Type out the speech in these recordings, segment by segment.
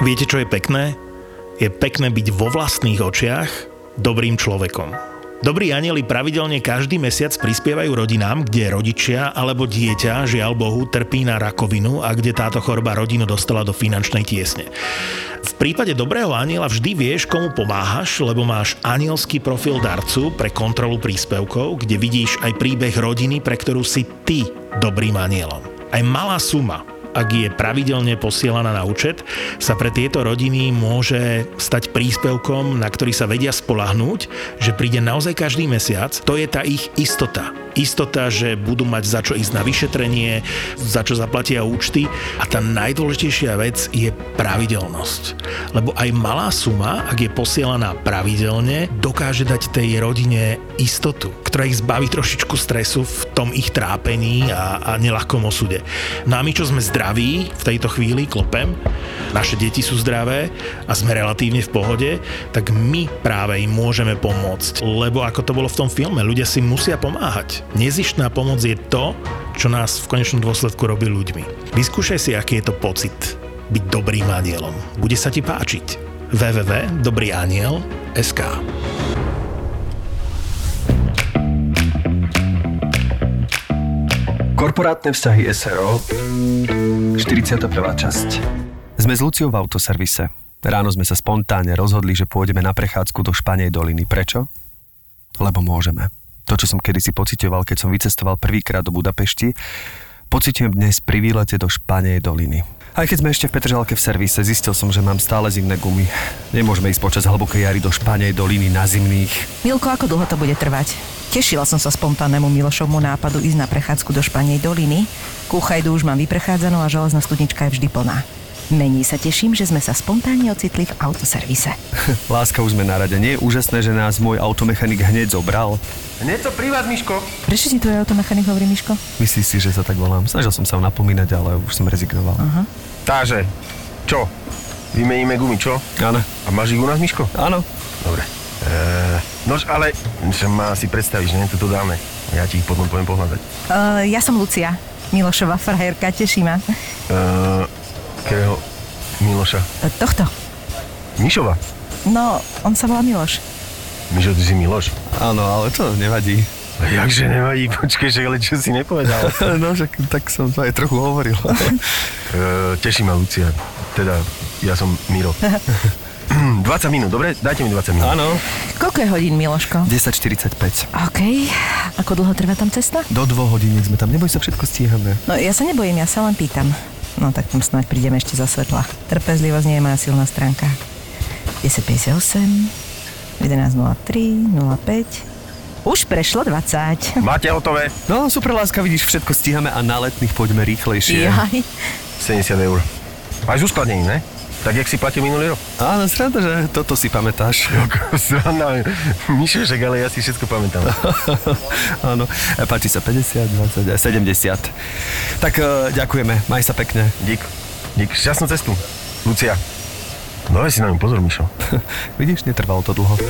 Viete, čo je pekné? Je pekné byť vo vlastných očiach dobrým človekom. Dobrí anjeli pravidelne každý mesiac prispievajú rodinám, kde rodičia alebo dieťa, žiaľ Bohu, trpí na rakovinu a kde táto choroba rodinu dostala do finančnej tiesne. V prípade dobrého anjela vždy vieš, komu pomáhaš, lebo máš anielský profil darcu pre kontrolu príspevkov, kde vidíš aj príbeh rodiny, pre ktorú si ty dobrým anjelom. Aj malá suma, ak je pravidelne posielaná na účet, sa pre tieto rodiny môže stať príspevkom, na ktorý sa vedia spoľahnúť, že príde naozaj každý mesiac. To je tá ich istota. Istota, že budú mať za čo ísť na vyšetrenie, za čo zaplatia účty. A tá najdôležitejšia vec je pravidelnosť. Lebo aj malá suma, ak je posielaná pravidelne, dokáže dať tej rodine istotu, ktorá ich zbaví trošičku stresu v tom ich trápení a neľahkom osude. No a my, čo sme zdraví v tejto chvíli, klopem, naše deti sú zdravé a sme relatívne v pohode, tak my práve im môžeme pomôcť. Lebo ako to bolo v tom filme, ľudia si musia pomáhať. Nezištná pomoc je to, čo nás v konečnom dôsledku robí ľuďmi. Vyskúšaj si, aký je to pocit byť dobrým anielom. Bude sa ti páčiť. www.dobrýaniel.sk Korporátne vzťahy SRO 41. časť. Sme s Luciou v autoservise. Ráno sme sa spontánne rozhodli, že pôjdeme na prechádzku do Španej doliny. Prečo? Lebo môžeme. To, čo som kedysi pociťoval, keď som vycestoval prvýkrát do Budapešti, pociťujem dnes pri výlete do Španej doliny. Aj keď sme ešte v Petržalke v servise, zistil som, že mám stále zimné gumy. Nemôžeme ísť počas hlbokej jary do Španej doliny na zimných. Milko, ako dlho to bude trvať? Tešila som sa spontánnemu Milošovmu nápadu ísť na prechádzku do Španej doliny. Kúchajdu už mám vyprechádzanú a železná studnička je vždy plná. Menej sa teším, že sme sa spontánne ocitli v autoservise. Láska, už sme na rade. Nie je úžasné, že nás môj automechanik hneď zobral? Hneď to pri vás, Miško. Prečo ti tvoj automechanik hovorí, Miško? Myslíš si, že sa tak volám? Snažil som sa ho napomínať, ale už som rezignoval. Aha. Takže, čo? Vymeníme gumy, čo? Áno. A máš ich u nás, Miško? Áno. Dobre. Nož, ale že ma si predstavíš, ne? Toto dáme. Ja ti ich potom poviem pohľadať. Ja som Lucia. Milošova frajerka, teší ma. Ktorého Miloša? Tohto. Mišova? No, on sa volá Miloš. Mišo, ty si Miloš? Áno, ale to nevadí. Jakže nevadí? Počkej, ale čo si nepovedal? No, že tak som to aj trochu hovoril. Teší ma, Lucia. Teda, ja som Miro. 20 minút, dobre? Dajte mi 20 minút. Áno. Koľko je hodín, Miloško? 10:45. OK. Ako dlho trvá tam cesta? Do 2 hodín sme tam. Neboj sa, všetko stíhame. No, ja sa nebojím, ja sa len pýtam. No tak tam snáď prídeme ešte za svetla. Trpezlivosť nie je moja silná stránka. 10:58, 11:03, 05. Už prešlo 20. Máte hotové? No, super, láska, vidíš, všetko stíhame a na letných poďme rýchlejšie. Jaj. 70 eur. Máš uskladnení, ne? Tak, jak si platil minulý rok? Áno, sranda, že toto si pamätáš. Sranda, Mišo, však, ale ja si všetko pamätám. Áno, páči sa 50, 20, 70. Tak ďakujeme, maj sa pekne. Dík, šťastnú cestu. Lucia, dávaj si na ňu pozor, Mišo. Vidíš, netrvalo to dlho.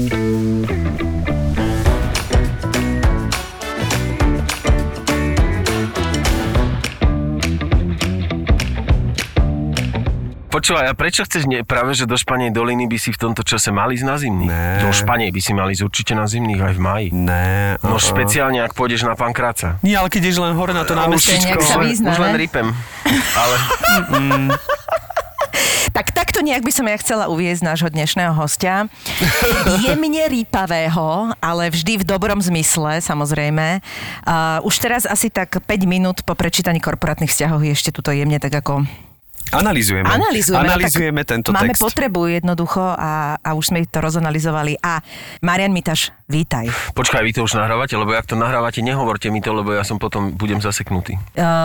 Počúvaj, a prečo chceš práve, že do Španej doliny by si v tomto čase mali ísť na zimných? Né. Do Španej by si mali ísť určite na zimných aj v máji. Né. No špeciálne, ak pôjdeš na Pankráca. Nie, ale keď ideš len hore na to námestičko. Už len ripem. Ale... Tak takto nejak by som ja chcela uviesť nášho dnešného hostia. Jemne rýpavého, ale vždy v dobrom zmysle, samozrejme. Už teraz asi tak 5 minút po prečítaní korporátnych vzťahov je ešte tuto jemne tak ako... Analyzujeme tento máme text. Máme potrebu jednoducho a už sme to rozanalizovali. A Marian Mitaš, vítaj. Počkaj, vy to už nahrávate, lebo ak to nahrávate, nehovorte mi to, lebo ja som potom budem zaseknutý.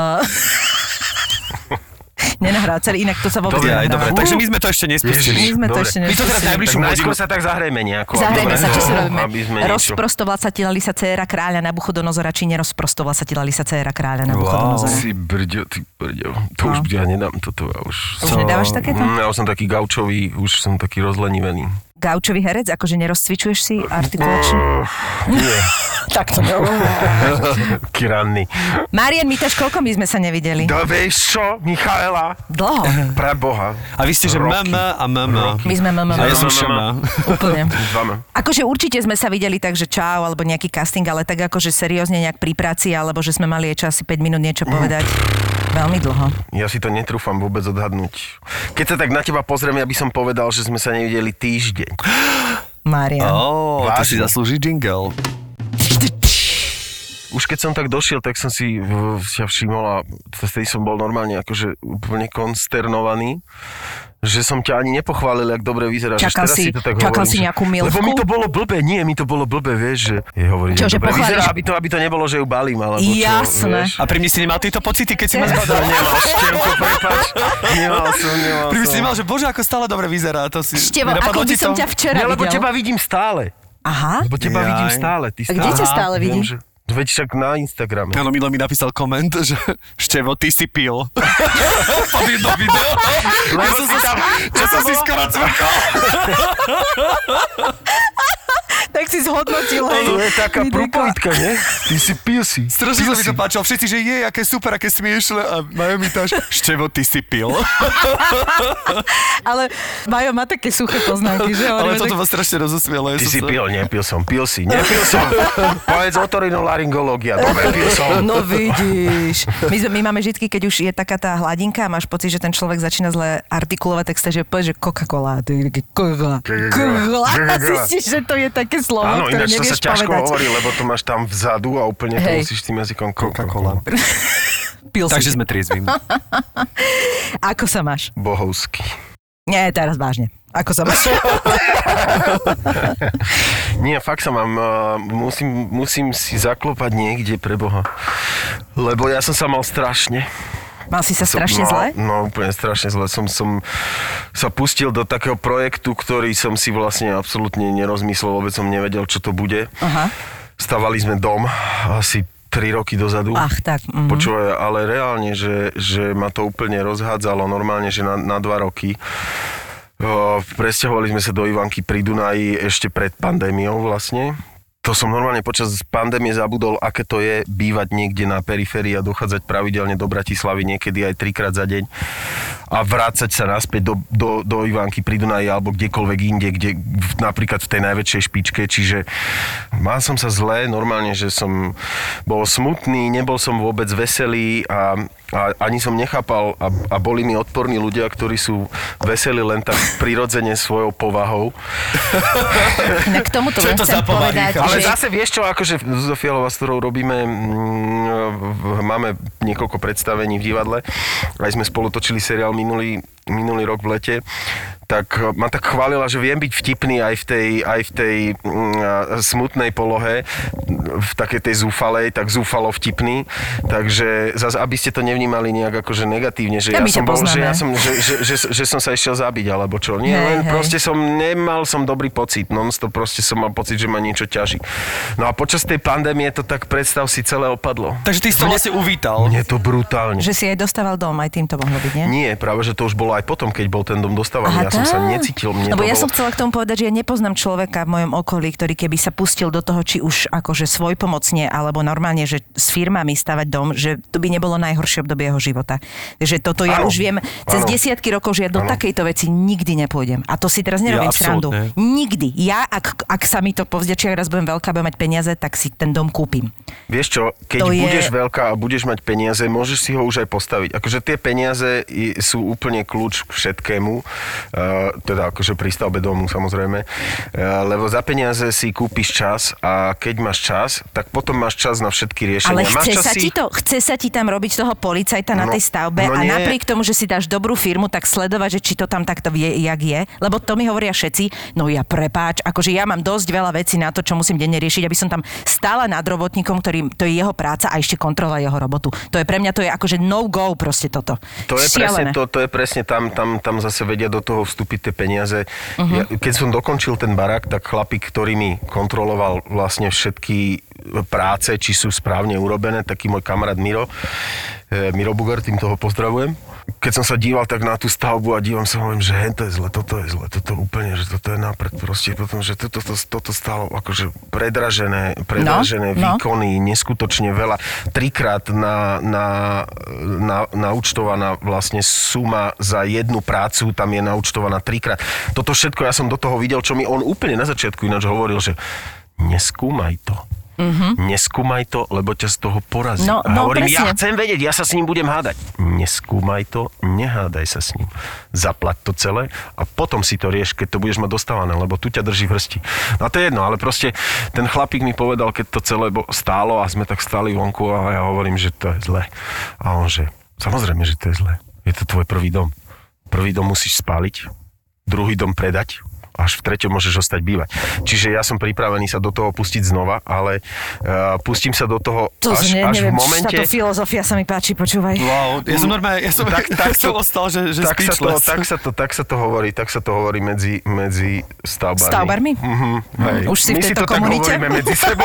Nenahrá celý, inak to sa vôbec nenahrá. Dobre, takže my sme to ešte My nespustili. sme to ešte My to teraz najbližšiu hodinu sa tak zahrajeme nejako. Zahrajeme sa, čo si robíme? Rozprostovať sa ti Lisa dcéra kráľa Nabuchodonozora, či nerozprostovať sa ti Lisa dcéra kráľa Nabuchodonozora? Si brďo, ty brďo. To už ja nedám toto. Už nedávaš takéto? Ja už som taký gaučový, už som taký rozlenivený. Gaučový herec? Akože nerozcvičuješ si artikulačne? Nie. Tak to bolo. Kiranný. Marian, my tež koľko my sme sa nevideli? Vieš čo, Michaela? Dlho. Pre Boha. A vy ste, že mama a mama. My sme mama. A ja som šama. Úplne. Dvama. Akože určite sme sa videli tak, že čau, alebo nejaký casting, ale tak akože seriózne nejak pri práci, alebo že sme mali aj čas 5 minút niečo povedať. Veľmi dlho. Ja si to netrúfam vôbec odhadnúť. Keď sa tak na teba pozriem, ja by som povedal, že sme sa nevideli týždeň. Marian. To si zaslúži jingle. Už keď som tak došiel, tak som si ťa všimol a vtedy som bol normálne akože úplne konsternovaný, že som ťa ani nepochválil, jak dobre vyzeráš. Čakal si nejakú milvku? Lebo mi to bolo blbé, vieš, že hovorí, že dobre vyzerá, aby to nebolo, že ju balím, alebo čo, jasné. vieš. A pri mne si nemal tieto pocity, keď si ma zbadal? Nemal, Števko, prepáč. Nemal som. Pri mne si nemal, že bože, ako stále dobre vyzerá. To si Števo, ako by som ťa včera videl. Lebo teba vidím stále. Aha. Lebo teba vidím stále. A kde ťa stále vidím? Veď však na Instagrame. Áno, Milo mi napísal koment, že Števo, ty si pil. Pod jedno video. Čo som si skoro cvrkol. Tak si zhodnotil. To je taká prúpovitka, nie? Ty si pil si. Strašne sa mi to páčilo. Všetci, že aké super, aké smiešne. A Majo mi táš, Števo, ty si pil. Ale Majo má také suché poznámky, že? Ale toto ma strašne rozosmielo. Ty si pil, nepil som. Nepil som. Povedz otorinolaryngológia. Dobre, pil som. No vidíš. My máme vždy, keď už je taká tá hladinka a máš pocit, že ten človek začína zle artikulovať, tak sa že povie, že Coca-Cola. Coca-Cola. A zistíš, že to je také slovo, áno, ktoré ináč to nevieš sa ťažko povedať. hovorí, lebo to máš tam vzadu a úplne to musíš tým jazykom Coca-Cola. Takže sme triezvím. Ako sa máš? Bohovský. Nie, teraz vážne. Ako sa máš? Nie, fakt sa mám, musím si zaklopať niekde pre Boha. Lebo ja som sa mal strašne. Mal si sa strašne zle? No, úplne strašne zle. Som sa pustil do takého projektu, ktorý som si vlastne absolútne nerozmyslel, vôbec som nevedel, čo to bude. Aha. Stavali sme dom asi 3 roky dozadu. Ach, tak. Počúvaj, ale reálne, že ma to úplne rozhádzalo normálne, že na 2 roky. Presťahovali sme sa do Ivanky pri Dunaji ešte pred pandémiou vlastne. To som normálne počas pandémie zabudol, aké to je bývať niekde na periférii a dochádzať pravidelne do Bratislavy, niekedy aj 3-krát za deň a vrácať sa naspäť do Ivanky pri Dunaji alebo kdekoľvek inde, kde napríklad v tej najväčšej špičke, čiže mal som sa zle, normálne, že som bol smutný, nebol som vôbec veselý a ani som nechápal a boli mi odporní ľudia, ktorí sú veselí len tak prirodzene svojou povahou. K tomuto len chcem povedať, ale zase vieš čo, akože Zuzana Fialová, s ktorou robíme, máme niekoľko predstavení v divadle, aj sme spolu točili seriál minulý rok v lete, tak ma tak chválila, že viem byť vtipný aj v tej smutnej polohe, v takej tej zúfalej, tak zúfalo vtipný, takže zase, aby ste to nevnímali nejak akože negatívne, že že som sa išiel zabiť, alebo čo. Nie, len proste nemal som dobrý pocit, non-stop proste som mal pocit, že ma niečo ťaží. No a počas tej pandémie to tak, predstav si, celé opadlo. Takže ty si to vlastne uvítal. Mne to brutálne. Že si aj dostával dom, aj tým to mohlo byť, nie? Nie, práve, že to už bolo aj potom, keď bol ten dom dostávaný. Ja som sa necítil. Lebo ja som chcela k tomu povedať, že ja nepoznám človeka v mojom okolí, ktorý keby sa pustil do toho, či už akože svojpomocne, alebo normálne, že s firmami stavať dom, že to by nebolo najhoršie obdobie jeho života. Takže toto ja už viem cez desiatky rokov, že ja do takejto veci nikdy nepôjdem. A to si teraz nerobím srandu. Nikdy. Ja, ak sa mi to povzďačí, raz budem veľká, budem mať peniaze, tak si ten dom kúpim. Vieš čo, keď budeš veľká a budeš mať peniaze, môžeš si ho už aj postaviť. Akože tie peniaze sú úplne kľúč k všetkému, teda akože pri stavbe domu samozrejme, lebo za peniaze si kúpiš čas a keď máš čas, tak potom máš čas na všetky riešenia. Ale chce sa ti tam robiť toho policajta na tej stavbe a napriek tomu, že si dáš dobrú firmu, tak sledovať, že či to tam takto vie, jak je, lebo to mi hovoria všetci, no ja prepáč, akože ja mám dosť veľa vecí na to, čo musím denne riešiť, aby som tam stála nad robotníkom, ktorý to je jeho práca a ešte kontrola jeho robotu. To je pre mňa, to je akože no go proste toto. To je presne to je presne tam zase vedia do toho vstúpiť tie peniaze. Ja, keď som dokončil ten barák, tak chlapík, ktorý mi kontroloval vlastne všetky práce, či sú správne urobené, taký môj kamarát Miro Bugar, tým toho pozdravujem. keď som sa díval tak na tú stavbu a dívam sa, hovorím, že to je zle, toto úplne, že toto je napred proste, potom, že toto stalo akože predražené výkony, neskutočne veľa. 3-krát naúčtovaná vlastne suma za jednu prácu, tam je naúčtovaná 3-krát. Toto všetko ja som do toho videl, čo mi on úplne na začiatku ináč hovoril, že neskúmaj to. Neskúmaj to, lebo ťa z toho porazí. No, a hovorím, presne. ja chcem vedieť, ja sa s ním budem hádať. Neskúmaj to, nehádaj sa s ním. Zaplať to celé a potom si to rieš, keď to budeš mať dostávané, lebo tu ťa drží v hrsti. No to je jedno, ale proste ten chlapík mi povedal, keď to celé stálo a sme tak stáli vonku a ja hovorím, že to je zle. A on, že samozrejme, že to je zle. Je to tvoj prvý dom. Prvý dom musíš spáliť, druhý dom predať, až v treťom môžeš ostať bývať. Čiže ja som pripravený sa do toho pustiť znova, ale pustím sa do toho až neviem, v momente... Táto filozofia sa mi páči, počúvaj. Wow, ja som normálne, tak som ostal, že speechless. Tak sa to hovorí medzi stavbármi. Stavbármi? Už si v tejto komunite? My si to tak hovoríme medzi sebou.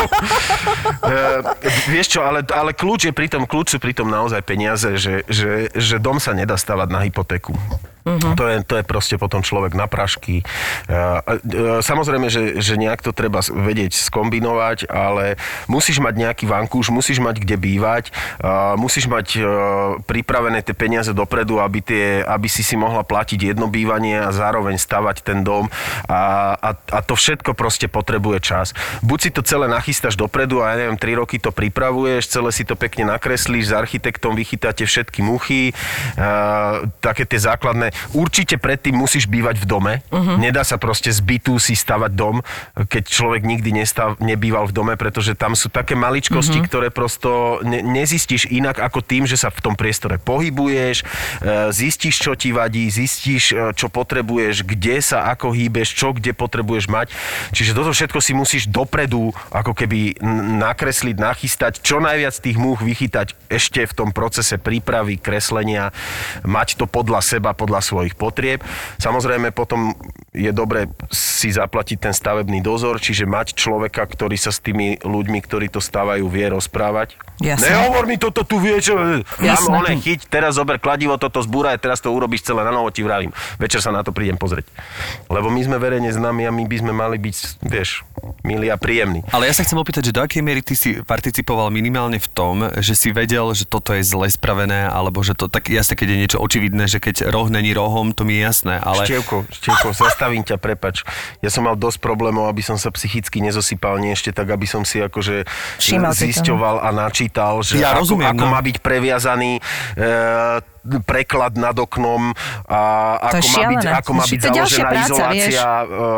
Vieš čo, ale kľúč sú pritom naozaj peniaze, že dom sa nedá stavať na hypotéku. To je proste potom človek na prašky. Samozrejme, že nejak to treba vedieť skombinovať, ale musíš mať nejaký vankúš, musíš mať kde bývať, musíš mať pripravené tie peniaze dopredu, aby si mohla platiť jedno bývanie a zároveň stavať ten dom a to všetko proste potrebuje čas. Buď si to celé nachystáš dopredu a ja neviem, 3 roky to pripravuješ, celé si to pekne nakreslíš, s architektom vychytáte všetky muchy, také tie základné. Určite predtým musíš bývať v dome. Nedá sa proste z bytu si stavať dom, keď človek nikdy nebýval v dome, pretože tam sú také maličkosti, ktoré prosto nezistíš inak ako tým, že sa v tom priestore pohybuješ, zistíš, čo ti vadí, zistíš, čo potrebuješ, kde sa ako hýbeš, čo kde potrebuješ mať. Čiže toto všetko si musíš dopredu ako keby nakresliť, nachystať, čo najviac tých múch vychytať ešte v tom procese prípravy, kreslenia, mať to podľa seba, podľa svojich potrieb. Samozrejme potom je dobre si zaplatiť ten stavebný dozor, čiže mať človeka, ktorý sa s tými ľuďmi, ktorí to stavajú, vie rozprávať. Jasne. Nehovor mi toto tu, vie čo? Chyť, teraz zober kladivo, toto zbúraj, teraz to urobíš celé na novo, ti vravím. Večer sa na to prídem pozrieť. Lebo my sme verejne známi a my by sme mali byť, vieš, milí a príjemní. Ale ja sa chcem opýtať, že do akej miery ty si participoval minimálne v tom, že si vedel, že toto je zle spravené, alebo že to tak jasne, keď je niečo očividné, že keď roh není rohom, to mi je jasné, ale... Števko, zastavím ťa, prepač. Ja som mal dosť problémov, aby som sa psychicky nezosypal, nie ešte tak, aby som si akože zisťoval a načítal, že ja rozumiem, ako má byť previazaný preklad nad oknom a ako má byť založená izolácia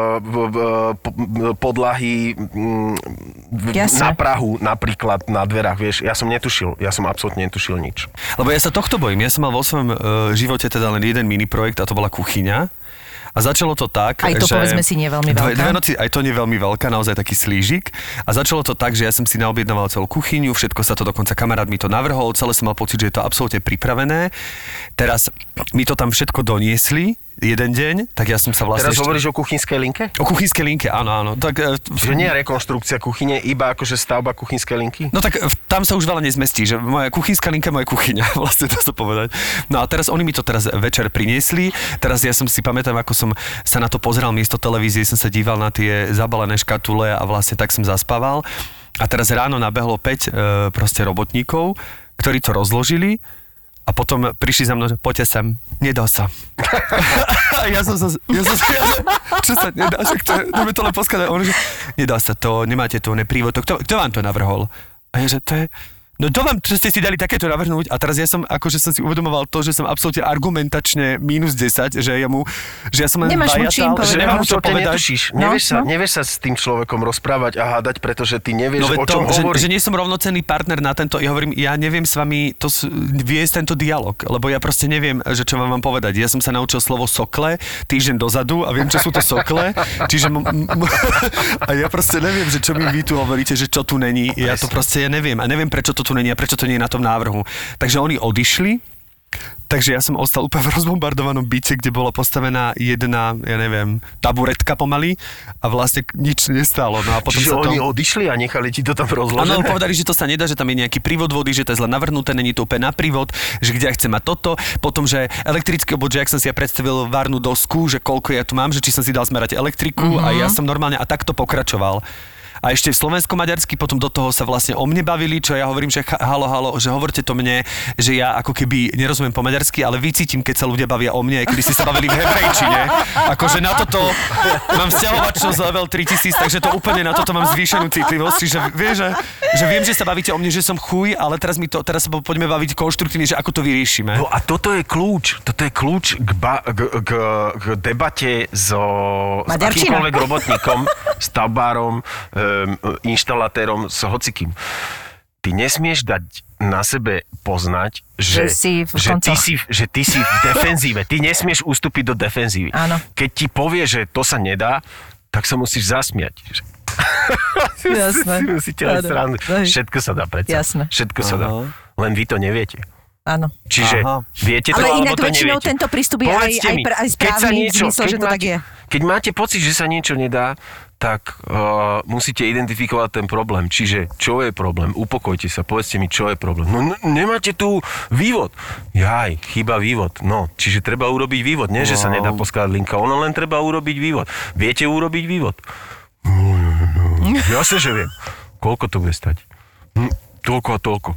podlahy na prahu napríklad na dverách, vieš. Ja som absolútne netušil nič. Lebo ja sa tohto bojím. Ja som mal vo svojom živote teda len jeden mini projekt a to bola kuchyňa. A začalo to tak, aj to, že... povedzme si, nie veľmi veľká. Dve noci, aj to nie veľmi veľká, naozaj taký slížik. A začalo to tak, že ja som si naobjednával celú kuchyňu, všetko sa to dokonca kamarát mi to navrhol, celé som mal pocit, že je to absolútne pripravené. Teraz mi to tam všetko doniesli, jeden deň, tak ja som sa vlastne... Teraz hovoríš o kuchynskej linke? O kuchynskej linke, áno. Tak, čiže nie je rekonštrukcia kuchyne, iba akože stavba kuchynskej linky? No tak tam sa už veľa nezmestí, že moja kuchynská linka, moja kuchyňa, vlastne to sa povedať. No a teraz oni mi to teraz večer priniesli, teraz ja som si pamätám, ako som sa na to pozeral miesto televízie, som sa díval na tie zabalené škatule a vlastne tak som zaspával. A teraz ráno nabehlo 5 proste robotníkov, ktorí to rozložili. A potom prišli za mnou, že poďte sem, nedá sa. ja som čo sa nedá, že to len poskladať. On že nedá sa to, nemáte to, neprívod to. Kto vám to navrhol? A ja že to je... No to vám, čo ste si dali takéto navrhnúť a teraz ja som si uvedomoval to, že som absolútne argumentačne -10, že ja som len vajatal, že nemám čo povedať. Nevieš sa s tým človekom rozprávať a hádať, pretože ty nevieš, o čom hovorí. Že nie som rovnocenný partner na tento, ja hovorím, ja neviem s vami viesť tento dialog, lebo ja proste neviem, že čo vám povedať. Ja som sa naučil slovo sokle týždeň dozadu a viem, čo sú to sokle, čiže a ja proste neviem, že čo mi vy tu hovoríte, že čo tu není, ja to proste neviem a neviem, prečo to tu není a prečo to nie je na tom návrhu. Takže oni odišli Takže ja som ostal úplne v rozbombardovanom byte, kde bola postavená jedna, ja neviem, taburetka pomaly a vlastne nič nestalo. No a potom čiže oni odišli a nechali ti to tam rozložené? Áno, povedali, že to sa nedá, že tam je nejaký prívod vody, že to je zle navrhnuté, není to úplne na prívod, že kde ja chcem mať toto. Potom, že elektrický obvod, že ak som si ja predstavil varnú dosku, že koľko ja tu mám, že či som si dal zmerať elektriku a ja som normálne a takto pokračoval. A ešte v slovensko-maďarsky potom do toho sa vlastne o mne bavili, čo ja hovorím, že halo, že hovorte to mne, že ja ako keby nerozumiem po maďarsky, ale vycítim, keď sa ľudia bavia o mne, aj keby ste sa bavili v hebrejčine. Akože na toto mám vzťahovačnosť level 3000, takže to úplne na toto mám zvýšenú citlivosť, že vieš, že viem, že sa bavíte o mne, že som chuj, ale teraz sa poďme baviť konštruktívne, že ako to vyriešime. No a toto je kľúč k debate s akýmkoľvek robotníkom, stavbárom, inštalatérom, s hocikým. Ty nesmieš dať na sebe poznať, že ty si v defenzíve. Ty nesmieš ustúpiť do defenzívy. Áno. Keď ti povie, že to sa nedá, tak sa musíš zasmiať. Jasné. Všetko sa dá predsa. Jasné. Všetko sa dá. Len vy to neviete. Áno. Čiže viete to, ale alebo to neviete. Ale inak väčšinou tento prístup je aj správny v zmysle, že to tak je. Keď máte pocit, že sa niečo nedá, tak musíte identifikovať ten problém. Čiže, čo je problém? Upokojte sa, povedzte mi, čo je problém. No nemáte tu vývod. Jaj, chýba vývod. No, čiže treba urobiť vývod. Nie, že sa nedá poskladať linka. Ono len treba urobiť vývod. Viete urobiť vývod? Jasne, že viem. Koľko to bude stať? Toľko a toľko.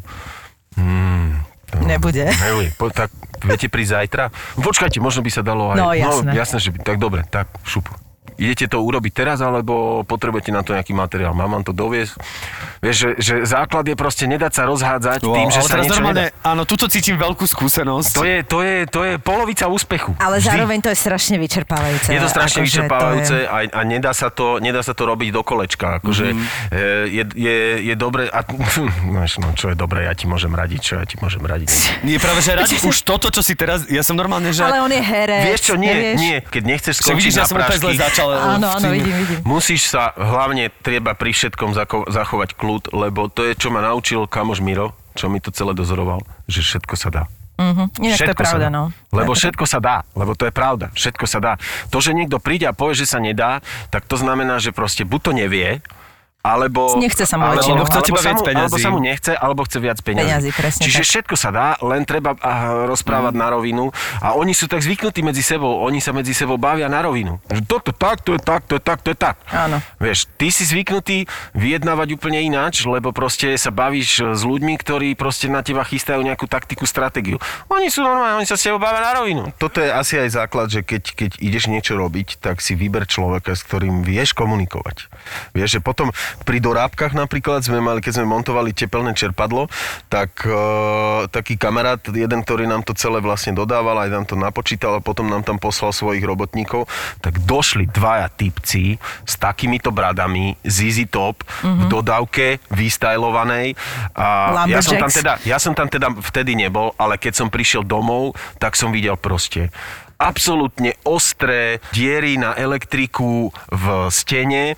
Nebude. Tak viete prísť zajtra? Počkajte, možno by sa dalo aj... No, jasné. No, jasné, že by... Tak dobre, tak šup. Idete to urobiť teraz, alebo potrebujete na to nejaký materiál? Mám vám to doviesť? Vieš, že základ je proste nedať sa rozhádzať tým, že sa niečo nedá. Áno, tuto cítim veľkú skúsenosť. To je polovica úspechu. Ale zároveň to je strašne vyčerpávajúce. Je to strašne vyčerpávajúce a nedá sa to robiť do kolečka. Akože je dobre... No, čo je dobre, ja ti môžem radiť, Nie, práve, že radiť už toto, čo si teraz... Ja som normálne, že... Ale on je herec. Vieš čo, nie. Keď nechceš skočiť na prášky... Áno, vidím. Musíš sa, hlavne treba pri všetkom zachovať kľud, lebo to je, čo ma naučil kamoš Miro, čo mi to celé dozoroval, že všetko sa dá. Inak to je pravda, no. Lebo všetko sa dá, lebo to je pravda, všetko sa dá. To, že niekto príde a povie, že sa nedá, tak to znamená, že proste buď to nevie, alebo nechce sa mu väčšinou. Alebo sa mu nechce, alebo chce viac peňazí. Čiže všetko sa dá, len treba rozprávať na rovinu. A oni sú tak zvyknutí medzi sebou, oni sa medzi sebou bavia na rovinu. Toto tak, to je tak. Áno. Vieš, ty si zvyknutý vyjednávať úplne ináč, lebo proste sa bavíš s ľuďmi, ktorí proste na teba chystajú nejakú taktiku, stratégiu. Oni sú normálni, oni sa s tebou bavia na rovinu. Toto je asi aj základ, že keď ideš niečo robiť, tak si vyber človeka, s ktorým vieš komunikovať. Vieš, že potom pri dorábkach napríklad keď sme montovali tepelné čerpadlo, tak taký kamarát, jeden, ktorý nám to celé vlastne dodával, aj nám to napočítal a potom nám tam poslal svojich robotníkov, tak došli dvaja typci s takýmito bradami, ZZ Top, v dodávke, vystylovanej. A ja som tam teda vtedy nebol, ale keď som prišiel domov, tak som videl proste absolútne ostré diery na elektriku v stene.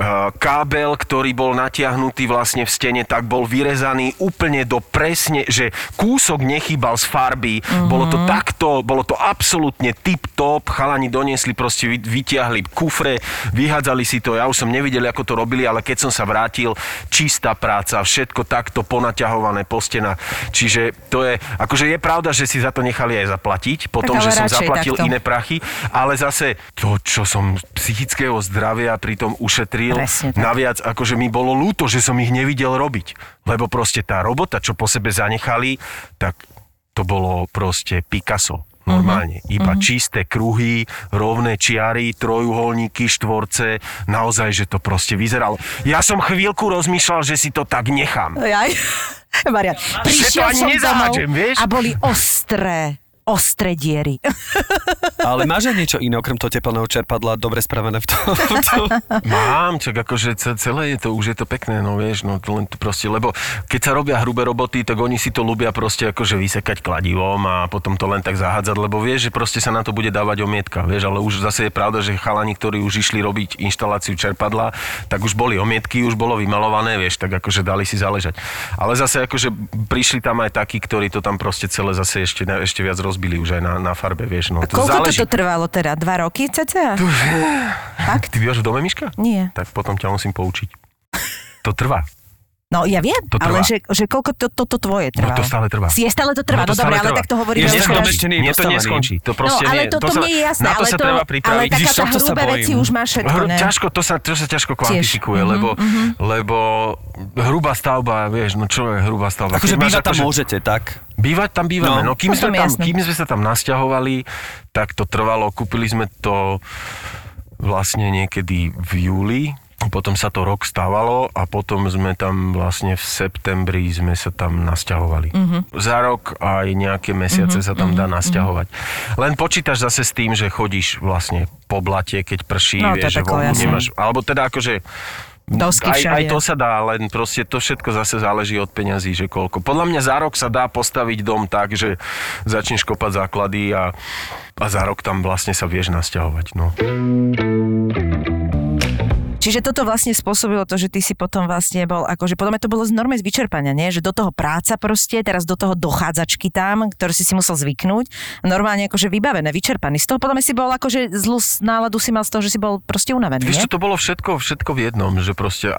Kábel, ktorý bol natiahnutý vlastne v stene, tak bol vyrezaný úplne do presne, že kúsok nechýbal z farby. Bolo to takto, bolo to absolútne tip-top. Chalani doniesli, proste vytiahli kufre, vyhádzali si to. Ja už som nevidel, ako to robili, ale keď som sa vrátil, čistá práca, všetko takto ponaťahované po stenách. Čiže to je, akože je pravda, že si za to nechali aj zaplatiť. Potom, že som zaplatil iné prachy, ale zase to, čo som psychického zdravia pritom ušetril, naviac akože mi bolo ľúto, že som ich nevidel robiť. Lebo proste tá robota, čo po sebe zanechali, tak to bolo proste Picasso. Normálne. Iba čisté kruhy, rovné čiary, trojuholníky, štvorce. Naozaj, že to proste vyzeralo. Ja som chvíľku rozmýšľal, že si to tak nechám. Marian, prišiel som domov a boli ostré. ostré diery. Ale máš aj niečo iné, okrem toho teplného čerpadla, dobre spravené v tom? Mám, čak akože celé je to, už je to pekné, no vieš, no to len to proste, lebo keď sa robia hrubé roboty, tak oni si to ľúbia proste akože vysekať kladivom a potom to len tak zahádzať, lebo vieš, že proste sa na to bude dávať omietka, vieš, ale už zase je pravda, že chalani, ktorí už išli robiť inštaláciu čerpadla, tak už boli omietky, už bolo vymalované, vieš, tak akože dali si záležať. Ale zase akože prišli tam aj takí, ktorí to tam proste celé zase ešte viac rozbili už aj na farbe, vieš, no. A koľko to trvalo teda? 2 roky cca? Fakt? Ty bývaš v dome, Miška? Nie. Tak potom ťa musím poučiť. To trvá. No ja viem, To trvá. ale že koľko toto tvoje trvá? No to stále trvá. Je stále to trvá, No to no dobre, stále ale trvá. tak to hovoríme Ešte už to teraz. ešte nie je Nie, to dostávaný. neskončí. To No proste ale nie. toto mne je jasné, na to sa treba ale pripraviť. taká Vidíš, tá tohto sa hrubé bojím. veci už má všetko, ne? Ťažko, to sa ťažko kvantifikuje, lebo hrubá stavba, vieš, no čo je hrubá stavba? Akože Keď máš bývať tam môžete, tak? Bývať tam bývame. No, kým potom jasné. sme sa tam nasťahovali, tak to trvalo. Kúpili sme to vlastne niekedy v júli. Potom sa to rok stávalo a potom sme tam vlastne v septembri sme sa tam nasťahovali. Za rok aj nejaké mesiace sa tam dá nasťahovať. Len počítaš zase s tým, že chodíš vlastne po blate, keď prší, No, vieš, že tako, vonku jasné. nemáš. Alebo teda akože Dosky aj všade. to sa dá, len proste to všetko zase záleží od peňazí, že koľko. Podľa mňa za rok sa dá postaviť dom tak, že začneš kopať základy a za rok tam vlastne sa vieš nasťahovať. No. Čiže toto vlastne spôsobilo to, že ty si potom vlastne bol, akože podľa mňa to bolo normálne z vyčerpania, nie? Že do toho práca proste, teraz do toho dochádzačky tam, ktoré si musel zvyknúť, normálne akože vybavené, vyčerpaný. Z toho podľa mňa si bol akože zlú náladu si mal z toho, že si bol proste unavený, Vieš nie? čo, to bolo všetko v jednom, že proste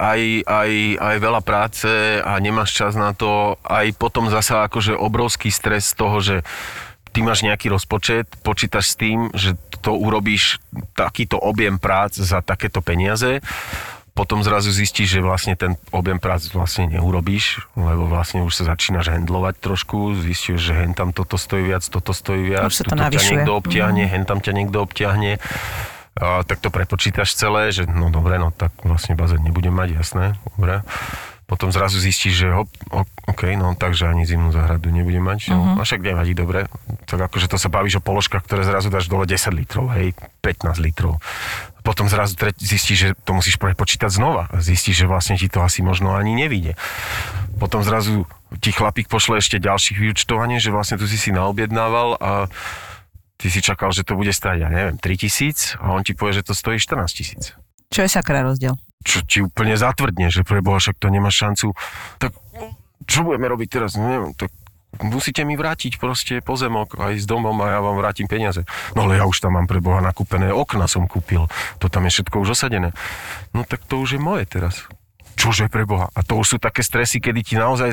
aj veľa práce a nemáš čas na to, aj potom zasa akože obrovský stres z toho, že ty máš nejaký rozpočet, počítaš s tým, že to urobíš takýto objem prác za takéto peniaze, potom zrazu zistíš, že vlastne ten objem prác vlastne neurobíš, lebo vlastne už sa začínaš handlovať trošku, zistíš, že hentam toto stojí viac, Už sa to tuto ťa navyšuje. niekto obtiahne, hentam ťa niekto obtiahne. A tak to prepočítaš celé, že no dobre, no tak vlastne bazén nebudem mať, jasné, dobre. Potom zrazu zistíš, že OK, no takže ani zimnú záhradu nebudem mať, no, a však nevadí, dobre. Tak akože to sa bavíš o položkách, ktoré zrazu dáš dole 10 litrov, hej, 15 litrov. Potom zrazu zistíš, že to musíš prepočítať znova. Zistíš, že vlastne ti to asi možno ani nevíde. Potom zrazu ti chlapík pošle ešte ďalších vyúčtovanie, že vlastne tu si naobjednával a ty si čakal, že to bude stáť, ja neviem, 3 000 a on ti povie, že to stojí 14 000. Čo je sakra rozdiel? Čo ti úplne zatvrdne, že preboha, však to nemáš šancu. Tak čo budeme robiť teraz? No neviem, tak musíte mi vrátiť proste pozemok aj s domom a ja vám vrátim peniaze. No ale ja už tam mám preboha nakúpené, okna som kúpil, to tam je všetko už osadené. No tak to už je moje teraz. Čože preboha? A to už sú také stresy, kedy ti naozaj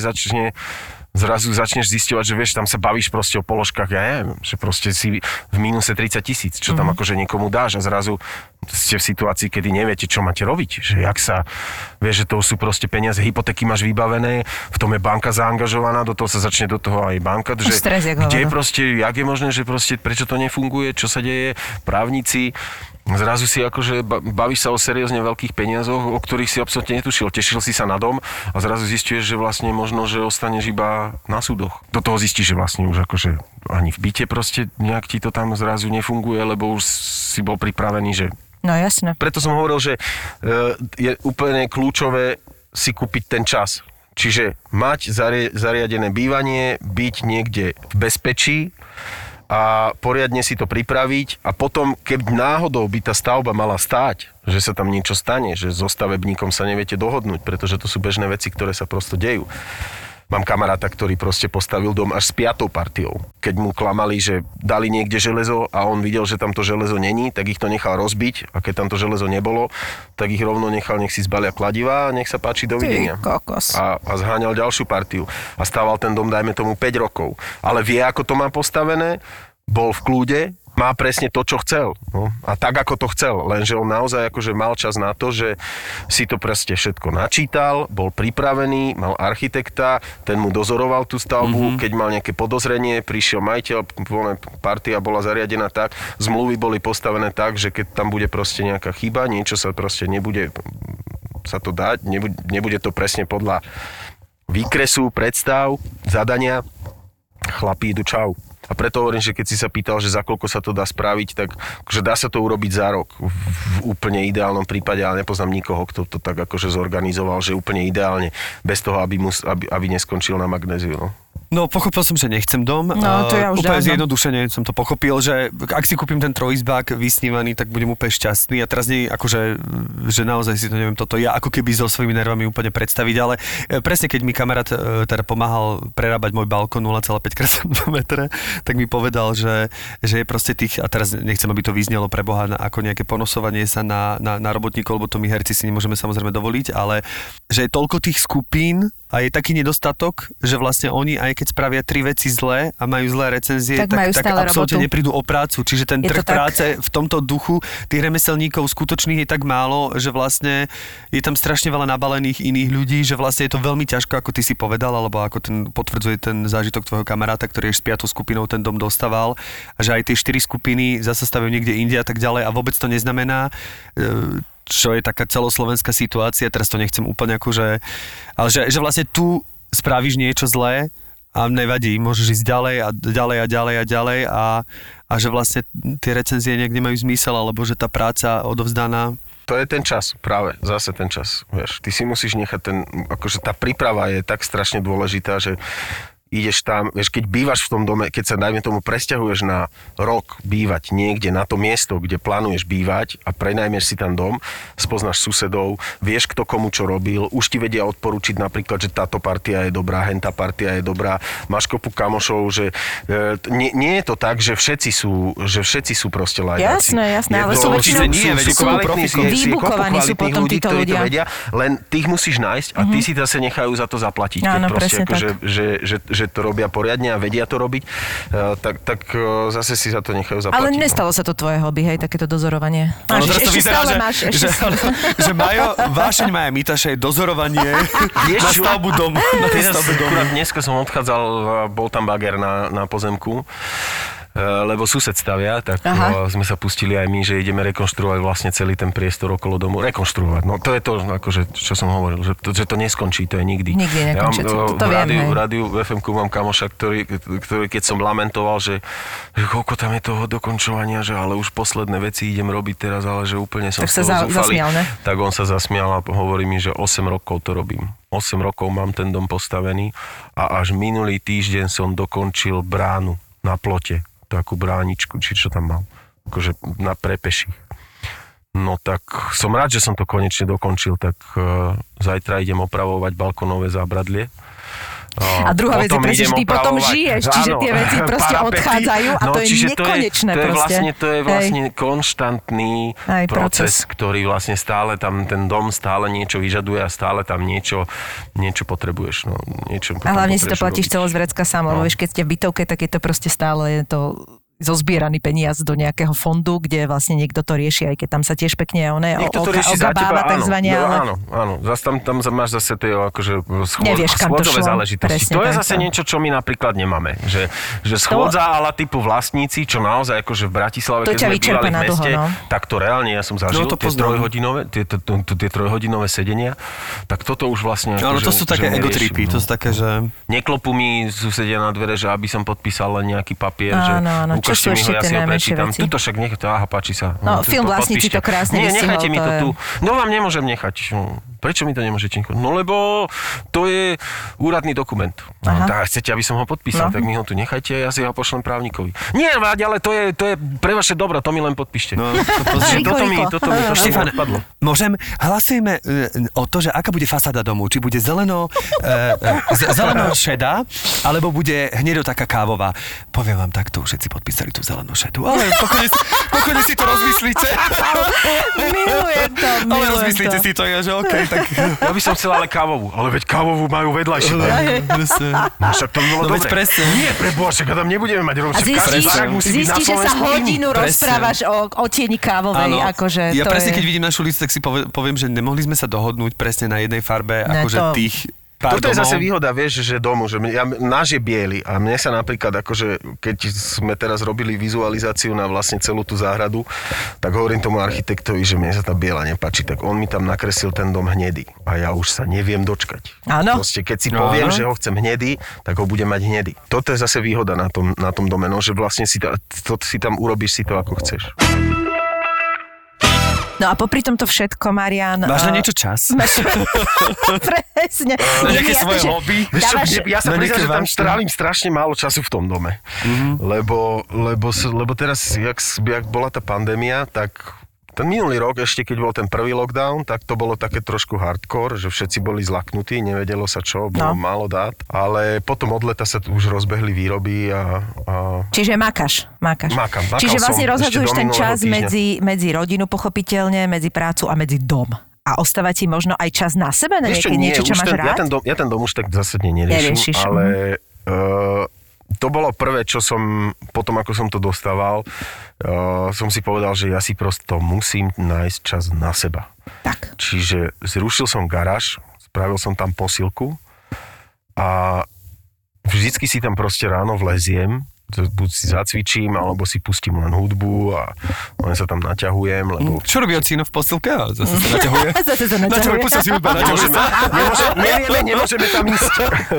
zrazu začneš zisťovať, že vieš, tam sa bavíš proste o položkách, ja neviem, že proste si v mínuse 30 000, čo tam akože niekomu dáš a zrazu ste v situácii, kedy neviete, čo máte robiť, že jak sa, vieš, že to sú proste peniaze, hypotéky máš vybavené, v tom je banka zaangažovaná, do toho sa začne do toho aj banka, že Stres, kde proste, jak je možné, že proste prečo to nefunguje, čo sa deje, právnici. Zrazu si akože bavíš sa o seriózne veľkých peniazoch, o ktorých si absolútne netušil. Tešil si sa na dom a zrazu zistíš, že vlastne možno, že ostaneš iba na súdoch. Do toho zistíš, že vlastne už akože ani v byte proste nejak ti to tam zrazu nefunguje, lebo už si bol pripravený, že... No jasné. Preto som hovoril, že je úplne kľúčové si kúpiť ten čas. Čiže mať zariadené bývanie, byť niekde v bezpečí, a poriadne si to pripraviť a potom, keď náhodou by tá stavba mala stáť, že sa tam niečo stane, že so stavebníkom sa neviete dohodnúť, pretože to sú bežné veci, ktoré sa prosto dejú. Mám kamaráta, ktorý proste postavil dom až s 5. partiou. Keď mu klamali, že dali niekde železo a on videl, že tam to železo není, tak ich to nechal rozbiť a keď tam to železo nebolo, tak ich rovno nech si zbalia kladiva a nech sa páči, dovidenia. Ty kokos. A zháňal ďalšiu partiu. A stával ten dom, dajme tomu, 5 rokov. Ale vie, ako to má postavené, bol v kľude, má presne to, čo chcel. No. A tak, ako to chcel. Lenže on naozaj akože mal čas na to, že si to presne všetko načítal, bol pripravený, mal architekta, ten mu dozoroval tú stavbu, keď mal nejaké podozrenie, prišiel majiteľ, partia bola zariadená tak, zmluvy boli postavené tak, že keď tam bude proste nejaká chyba, niečo sa proste nebude sa to dať, nebude to presne podľa výkresu, predstav, zadania, chlapí idú čau. A preto hovorím, že keď si sa pýtal, že za koľko sa to dá spraviť, tak že dá sa to urobiť za rok. V úplne ideálnom prípade, ale nepoznám nikoho, kto to tak akože zorganizoval, že úplne ideálne, bez toho, aby neskončil na magnéziu. No, pochopil som, že nechcem dom. No, to ja už úplne dávno. zjednodušene som to pochopil, že ak si kúpim ten trojizbák vysnívaný, tak budem úplne šťastný. A teraz nie akože, že naozaj si to neviem toto ja ako keby so svojimi nervami úplne predstaviť, ale presne keď mi kamarát teda pomáhal prerábať môj balkón 0,5 x 2 metre, tak mi povedal, že je proste tých, a teraz nechcem, aby to vyznelo pre Boha ako nejaké ponosovanie sa na robotníkov, lebo to my herci si nemôžeme samozrejme dovoliť, ale že je toľko tých skupín a je taký nedostatok, že vlastne oni, aj keď spravia 3 veci zlé a majú zlé recenzie, tak absolútne neprídu o prácu. Čiže ten trh práce v tomto duchu tých remeselníkov skutočných je tak málo, že vlastne je tam strašne veľa nabalených iných ľudí, že vlastne je to veľmi ťažko, ako ty si povedal, alebo ako potvrdzuje ten zážitok tvojho kamaráta, ktorý s 5. skupinou ten dom dostával, a že aj tie 4 skupiny zase stavujú niekde inde a tak ďalej, a vôbec to neznamená, čo je taká celoslovenská situácia, teraz to nechcem úplne akože, ale že vlastne tu spravíš niečo zlé a nevadí, môžeš ísť ďalej a ďalej a ďalej a ďalej a že vlastne tie recenzie nejak nemajú zmysel, alebo že tá práca odovzdaná. To je ten čas, práve, zase ten čas, vieš. Ty si musíš nechať akože tá príprava je tak strašne dôležitá, že ideš tam, vieš, keď bývaš v tom dome, keď sa, dajme tomu, presťahuješ na rok bývať niekde na to miesto, kde plánuješ bývať a prenajmeš si tam dom, spoznáš susedov, vieš, kto komu čo robil, už ti vedia odporučiť napríklad, že táto partia je dobrá, hentá partia je dobrá, máš kopu kamošov, že nie je to tak, že všetci sú proste lajdáci. Jasné, ale sú väčšinou vybukovaní sú potom títo ľudia. Vedia, len ty ich musíš nájsť a ty si zase nechajú za to zaplatiť. Áno, proste, presne že to robia poriadne a vedia to robiť, tak zase si za to nechajú zaplatiť. Ale nestalo sa to tvoje hobby, hej, takéto dozorovanie. No, teraz to vyzerá, že vášeň Maja Mitaša je dozorovanie na stavbu domu. Dneska som odchádzal, bol tam bager na pozemku, lebo sused stavia, tak sme sa pustili aj my, že ideme rekonštruovať vlastne celý ten priestor okolo domu. Rekonštruovať. No to je to, akože, čo som hovoril, že to neskončí, to je nikdy. Nikdy nekončí. V rádiu v FM-ku mám kamoša, ktorý keď som lamentoval, že koľko tam je toho dokončovania, že ale už posledné veci idem robiť teraz, ale že úplne som z toho zúfalý. Tak on sa zasmial a hovorí mi, že 8 rokov to robím. 8 rokov mám ten dom postavený a až minulý týždeň som dokončil bránu na plote. Takú bráničku, či čo tam mal, akože na prepeši. No tak som rád, že som to konečne dokončil, tak zajtra idem opravovať balkónové zábradlie. A druhá vec je presne, že ty potom žiješ, čiže tie veci proste odchádzajú a to je nekonečné proste. To je vlastne konštantný proces, ktorý vlastne stále tam, ten dom stále niečo vyžaduje a stále tam niečo potrebuješ. No, a hlavne si to platíš celé z vrecka samo, lebo vieš, keď ste v bytovke, tak je to proste stále to zozbieraný peniaz do nejakého fondu, kde vlastne niekto to rieši, aj keď tam sa tiež pekne ogabáva takzvané. Áno. Zas tam máš zase tie akože schôdzové záležitosti. To je zase niečo, čo my napríklad nemáme. Že schôdza ale typu vlastníci, čo naozaj akože v Bratislave, keď sme bývali v meste, tak to reálne ja som zažil, tie trojhodinové sedenia, tak toto už vlastne to sú také egotripy, to sú také, že neklopú mi susedia na dvere, že aby som podpísal len nejaký papier, že čo sú ešte tie najmenšie veci? Tuto však páči sa. No, film Vlastníci to krásne vystihol. Nechajte mi to tu. No vám nemôžem nechať. Prečo mi to nemôžete nechať? No lebo to je úradný dokument. No, tak chcete, aby som ho podpísal, tak mi ho tu nechajte a ja si ho pošlem právnikovi. Nie, ale to je pre vaše dobro, to mi len podpíšte. No, toto mi Štefan, môžem? Hlasujeme o to, že aká bude fasáda domu. Či bude zeleno šedá, alebo bude hnedo taká kávová. Poviem vám takto, všetci podpísali tú zelenú šedu. Ale pokojne si to rozmyslíte. Milujem to. Ale rozmyslíte si to, že okej. Tak... Ja by som chcel ale kávovú. Ale veď kávovú majú vedľajšie. No však to by bolo dobre. Nie, preboha, však tam nebudeme mať rovno. Zistíš, že sa hodinu rozprávaš o tieni kávovej. Akože ja presne, keď vidím našu listu, tak si poviem, že nemohli sme sa dohodnúť presne na jednej farbe, akože tých Toto je zase výhoda, vieš, že domu, že náš je biely a mne sa napríklad akože, keď sme teraz robili vizualizáciu na vlastne celú tú záhradu, tak hovorím tomu architektovi, že mne sa tá biela nepáči, tak on mi tam nakreslil ten dom hnedý a ja už sa neviem dočkať. Áno. Proste, keď si poviem, že ho chcem hnedý, tak ho budem mať hnedý. Toto je zase výhoda na tom dome, no, že vlastne si tam urobíš si to, ako chceš. No a popri tomto všetko, Marián... Máš na niečo čas? Presne. Na nejaké svoje hobby? Ja sa priznám, že tam strávim strašne málo času v tom dome. Lebo teraz, jak bola tá pandémia, tak ten minulý rok, ešte keď bol ten prvý lockdown, tak to bolo také trošku hardcore, že všetci boli zlaknutí, nevedelo sa čo, bolo málo dát, ale potom od leta sa už rozbehli výroby a... Čiže makáš. Makám. Čiže vlastne rozhadzuješ ten čas medzi rodinu, pochopiteľne, medzi prácu a medzi dom. A ostáva ti možno aj čas na sebe, na niečo, čo máš rád? Ja ten dom už tak zásadne neriešim, ale... To bolo prvé, čo som, potom ako som to dostával, som si povedal, že ja si prosto musím nájsť čas na seba. Tak. Čiže zrušil som garáž, spravil som tam posilku a vždycky si tam proste ráno vleziem, buď si zacvičím, alebo si pustím len hudbu a len sa tam naťahujem, lebo... Čo robí ocino v posilke? Zase sa naťahuje? Zase sa naťahuje. Pustil si hudba, naťahuje sa. Nemôžeme tam ísť.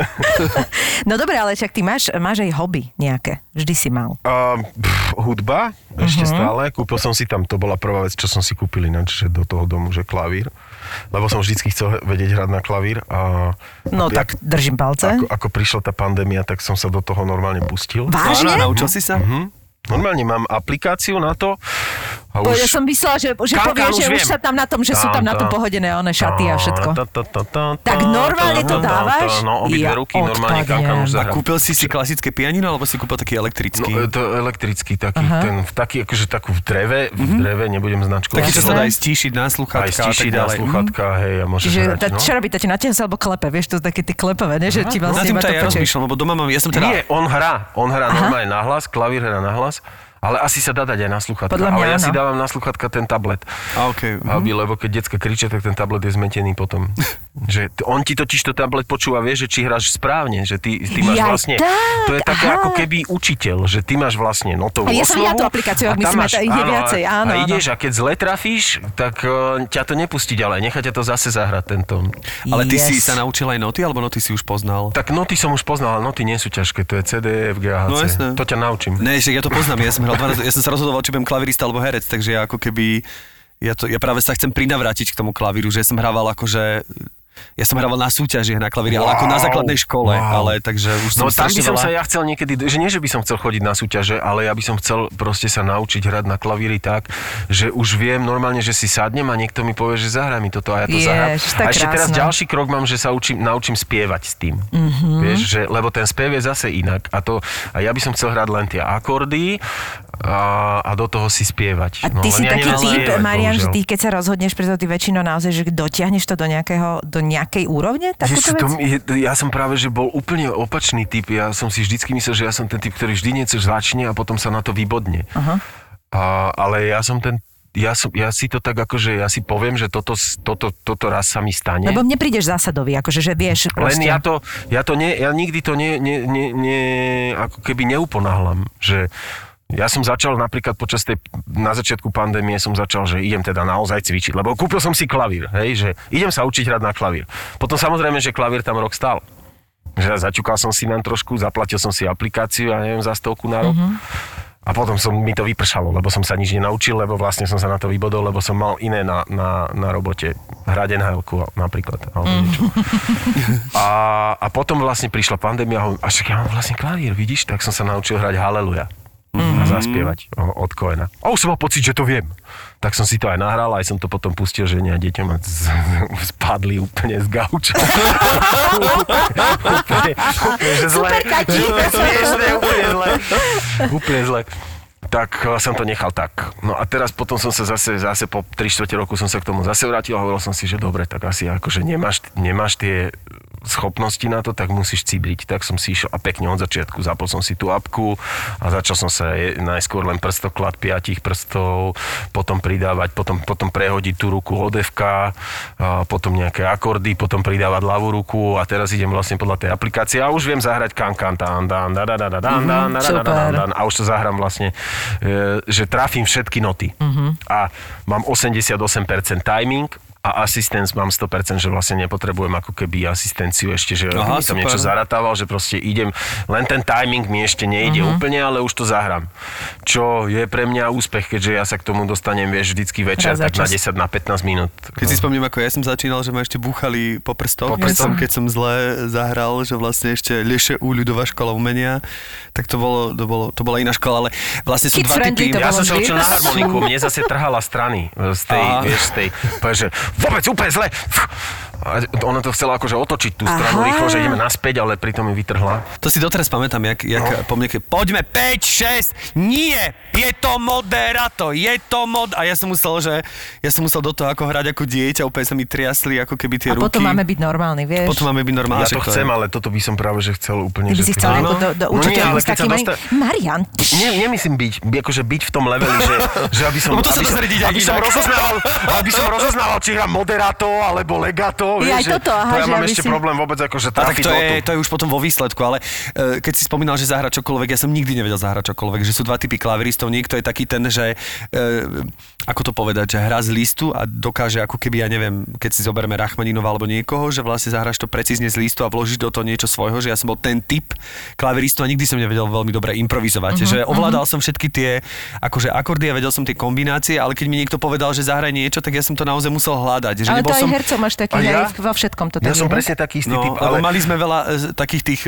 No dobre, ale však ty máš aj hobby nejaké. Vždy si mal. Hudba, ešte stále. Kúpil som si tam, to bola prvá vec, čo som si kúpil ináč, že do toho domu, že klavír. Lebo som vždycky chcel vedieť hrať na klavír. Tak držím palce. Ako prišla tá pandémia, tak som sa do toho normálne pustil. Vážne? Naučil si sa? Normálne mám aplikáciu na to. Ja som myslela, že povieš, že už sa tam na tom, že sú tam na tom pohodené one šaty a všetko. Tak normálne to dávaš? No, obidve ruky normálne Kankan už zahrám. A kúpil si klasické pianino, alebo si kúpil taký elektrický? No, to elektrický, taký akože takú v dreve, nebudem značkovať. Taký, čo sa dá aj stíšiť na sluchátka a tak ďalej. Hej, a môžeš čiže hrať, čo robí, ti natiahne sa alebo klepe, vieš, to sú také tie klepové, ne? Že ti vlastne iba to ja rozmýšľam, lebo doma mám, ja som teda... Nie, on hrá normálne nahlas, klavír hrá nahlas. Ale asi sa dá dať aj na sluchatka. Ale ja si dávam na sluchatka ten tablet. Lebo keď decka kričia, tak ten tablet je zmetený potom. Že on ti totiž to tablet počúva, vieš, že či hráš správne, že ty máš vlastne... To je také ako keby učiteľ, že ty máš vlastne notovú oslovu. Ja som tú aplikáciu, ak myslím, že ide viacej. A ideš a keď zle trafíš, tak ťa to nepustí ďalej. Nechá ťa to zase zahrať ten tón. Ale ty si sa naučil aj noty, alebo noty si už poznal? Tak noty som už poznal, ale noty nie sú ťažké. To je C, D, F, G, H, C. To ťa naučím. Ne, ja to poznám, ja som sa rozhodoval, či budem klavirista alebo herec, takže ja ako keby, ja práve sa chcem prinavrátiť k tomu klavíru, že som hrával akože, ja som hrával na súťažiach na klavíri, ale ako na základnej škole, ale takže už som tam by som sa ja chcel niekedy, že nie, že by som chcel chodiť na súťaže, ale ja by som chcel proste sa naučiť hrať na klavíri tak, že už viem normálne, že si sadnem a niekto mi povie, že zahraj mi toto a ja to zahrám. A ešte teraz ďalší krok mám, že sa naučím spievať s tým. Vieš, že, lebo ten spev je zase inak a ja by som chcel hrať len tie akordy a do toho si spievať. A ty si taký typ, Marián, že ty keď sa rozhodneš, preto ty väčšinou naozaj, že dotiahneš to do nejakej úrovne? Ja som práve, že bol úplne opačný typ. Ja som si vždycky myslel, že ja som ten typ, ktorý vždy niečo začne a potom sa na to vybodne. Ale ja som ten ja si to tak akože, ja si poviem, že toto raz sa mi stane. Lebo mne prídeš zásadový, akože, že vieš proste. Len ja nikdy to ako keby neuponáhlam, že ja som začal napríklad na začiatku pandémie som začal, že idem teda naozaj cvičiť, lebo kúpil som si klavír, hej, že idem sa učiť hrať na klavír. Potom samozrejme, že klavír tam rok stál. Že zaťukal som si nám trošku, zaplatil som si aplikáciu, ja neviem, za 100 na rok. A potom mi to vypršalo, lebo som sa nič nenaučil, lebo vlastne som sa na to vybodol, lebo som mal iné na robote. Hrať NHL-ku napríklad. A potom vlastne prišla pandémia a však ja mám vlastne klavír, vidíš? Tak som sa naučil hrať Haleluja. A zaspievať od Cohena. A už som mal pocit, že to viem. Tak som si to aj nahral, aj som to potom pustil žene a deťom a spadli úplne z gauča. úplne zle. Úplne zle. Tak som to nechal tak. No a teraz potom som sa zase po 3/4 roku som sa k tomu zase vrátil a hovoril som si, že dobre, tak asi akože nemáš tie schopnosti na to, tak musíš cibriť. Tak som si išiel a pekne od začiatku zapol som si tú apku a začal som sa najskôr len prstoklad 5 prstov, potom pridávať, potom prehodiť tú ruku od F-ka, potom nejaké akordy, potom pridávať ľavú ruku a teraz idem vlastne podľa tej aplikácie a už viem zahrať kan dan dan da da da da dan dan dan a už to zahrám vlastne, že trafím všetky noty. A mám 88% timing a assistance mám 100%, že vlastne nepotrebujem ako keby asistenciu ešte, že som niečo zaratával, že proste idem, len ten timing mi ešte nejde úplne, ale už to zahrám. Čo je pre mňa úspech, keďže ja sa k tomu dostanem, vieš, vždycky večer, tak na 10, na 15 minút. Keď si spomínam, ako ja som začínal, že ma ešte búchali po prstoch, keď som zle zahral, že vlastne ešte Lieše ľudová škola umenia, tak to bola iná škola, ale vlastne sú dva typy. Ja som sa učil na harmoniku, mne zase trhala strany z tej, vieš, z tej, že vôbec úplne zle. A ona to chcela akože otočiť tú stranu rýchlo, že ideme naspäť, ale pritom mi vytrhla. To si doteraz pamätám, jak po mne, poďme 5, 6, nie, je to moderato, je to a ja som musel do toho ako hrať ako dieťa, úplne sa mi triasli ako keby tie ruky. A potom máme byť normálni, vieš. Potom máme byť normálni. Ja to chcem, ale toto by som práve, že chcel úplne. Ty by si chcel do učiteľov s takým Marian. Nemyslím byť v tom leveli, že aby som rozoznával, či hrám moderato alebo legato. Ja aj toto, ja mám ešte problém vôbec akože trafiť notu. To je už potom vo výsledku, ale keď si spomínal, že zahra čokoľvek, ja som nikdy nevedel zahrať čokoľvek, že sú dva typy klaviristov, niekto je taký ten, že ako to povedať, že hrá z listu a dokáže ako keby, ja neviem, keď si zoberieme Rachmaninova alebo niekoho, že vlastne zahráš to precízne z listu a vložíš do toho niečo svojho, že ja som bol ten typ klaviristu a nikdy som nevedel veľmi dobre improvizovať, že ovládal som všetky tie akože akordy a vedel som tie kombinácie, ale keď mi niekto povedal, že zahraj niečo, tak ja som to naozaj musel hľadať, že ale to aj hercom máš taký, vo všetkom to tak. Ja som presne taký istý typ, ale mali sme veľa takých tých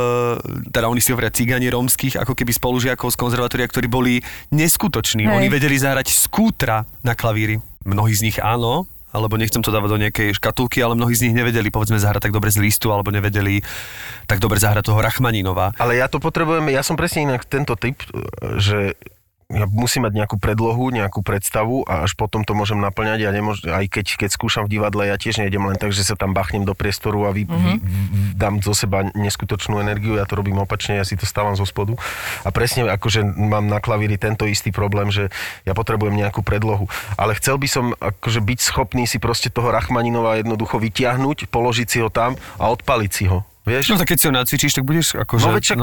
teda oni si hovoria cigáni rómskych, ako keby spolužiakov z konzervatória, ktorí boli neskutoční. Oni vedeli zahrať skútra na klavíri. Mnohí z nich áno, alebo nechcem to dávať do nejakej škatulky, ale mnohí z nich nevedeli, povedzme, zahrať tak dobre z listu, alebo nevedeli tak dobre zahrať toho Rachmaninova. Ale ja to potrebujem, ja som presne inak tento typ, že ja musím mať nejakú predlohu, nejakú predstavu a až potom to môžem naplňať. Ja aj keď skúšam v divadle, ja tiež nejdem len tak, že sa tam bachnem do priestoru a dám zo seba neskutočnú energiu. Ja to robím opačne, ja si to stávam zo spodu. A presne akože mám na klavíri tento istý problém, že ja potrebujem nejakú predlohu. Ale chcel by som akože byť schopný si proste toho Rachmaninova jednoducho vytiahnuť, položiť si ho tam a odpaliť si ho. Vieš? No tak keď si ho nacvičíš, tak budeš akože... No veď však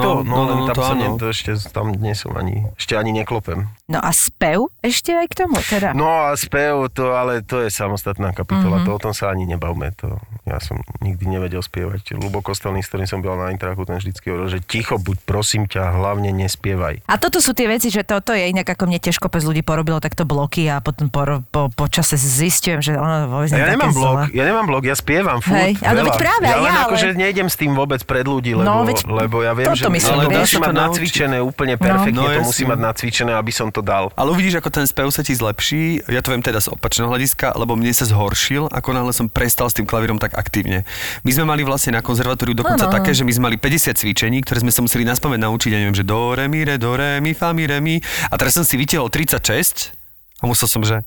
to tam nie som ešte ani neklopem. No a spev ešte aj k tomu teda? No a spev, ale to je samostatná kapitola, to o tom sa ani nebavme. Ja som nikdy nevedel spievať. Ľubo Kostelný, s ktorým som bol na Intraku, ten vždycky hovoril, že ticho buď, prosím ťa, hlavne nespievaj. A toto sú tie veci, že toto je inak, ako mne ťažko pes ľudí porobilo takto bloky a potom po čase zistujem, že ono vôbec nie je také zlé. Ja nemám blok, ja spievam furt. Ale práve ja len akože nejdem s tým vôbec pred ľudí, lebo ja viem, že musím mať nacvičené úplne perfektne, to musím mať nacvičené, aby som to dal. Ale uvidíš, ako ten spev sa ti zlepší. Ja to viem teda z opačného hľadiska, lebo mne sa zhoršil, ako náhle som prestal s tým klavírom tak aktívne. My sme mali vlastne na konzervatóriu dokonca také, že my sme mali 50 cvičení, ktoré sme sa museli naspamäť naučiť, ja neviem, že do, re, mi, fa, mi, re, mi. A teraz som si vytiahol 36 a musel som, že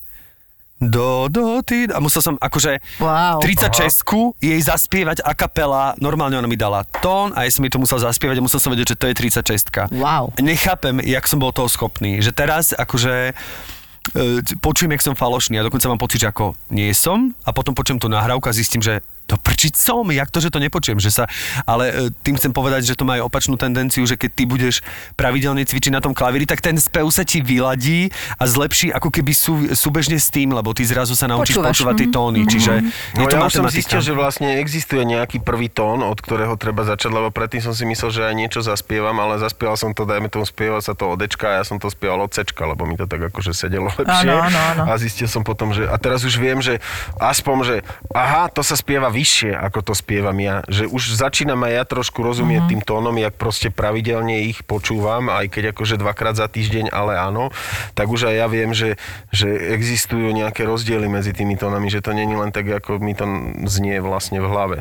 ty a musel som akože 36-ku jej zaspievať a kapela, normálne ona mi dala tón a ja som mi to musel zaspievať a musel som vedieť, že to je 36-ka. Wow. Nechápem, jak som bol toho schopný, že teraz akože počujem, jak som falošný a dokonca mám pocit, že ako nie som a potom počujem tú nahrávku a zistím, že to prčiť som, jak to, že to nepočujem, ale tým chcem povedať, že to má aj opačnú tendenciu, že keď ty budeš pravidelne cvičiť na tom klavíri, tak ten spev sa ti vyladí a zlepší ako keby súbežne s tým, lebo ty zrazu sa naučíš počúvať tie tóny, čiže je to ja matematika. Som zistil, že vlastne existuje nejaký prvý tón, od ktorého treba začať, lebo predtým som si myslel, že aj niečo zaspievam, ale zaspieval som to, dajme tomu, spieval sa to od Ečka a ja som to spieval od Cčka, lebo mi to tak akože sedelo lepšie. Áno. A zistil som potom, že a teraz už viem, že aspoň, že aha, to sa spieva vyššie, ako to spievam ja. Že už začínam aj ja trošku rozumieť tým tónom, jak proste pravidelne ich počúvam, aj keď akože 2-krát za týždeň, ale áno, tak už aj ja viem, že existujú nejaké rozdiely medzi tými tónami, že to nie je len tak, ako mi to znie vlastne v hlave.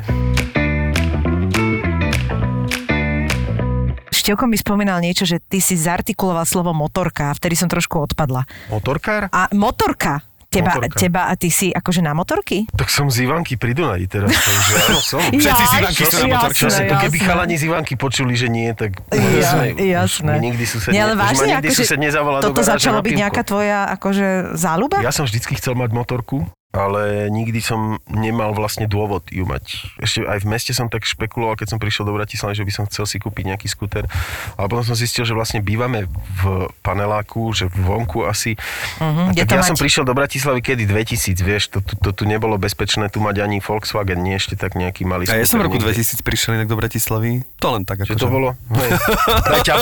Števko mi spomínal niečo, že ty si zartikuloval slovo motorka a vtedy som trošku odpadla. Motorkár? A motorka. Teba a ty si akože na motorky? Tak som z Ivanky pri Dunaji teraz, takže áno, som. Všetci z Ivanky sú na motorky. Keby chalani z Ivanky počuli, že nie, tak jasné. mi nikdy sused nezavolá do garáže. Toto začalo byť nejaká tvoja akože záľuba? Ja som vždycky chcel mať motorku, ale nikdy som nemal vlastne dôvod ju mať. Ešte aj v meste som tak špekuloval, keď som prišiel do Bratislavy, že by som chcel si kúpiť nejaký skúter. Ale potom som zistil, že vlastne bývame v paneláku, že vonku asi. Tak ja som prišiel do Bratislavy kedy 2000, vieš, to tu nebolo bezpečné tu mať ani Volkswagen, nie ešte tak nejaký malý skúter. A ja som v roku 2000 prišiel inak do Bratislavy. To len tak akože. Čo to bolo? Daj ťap.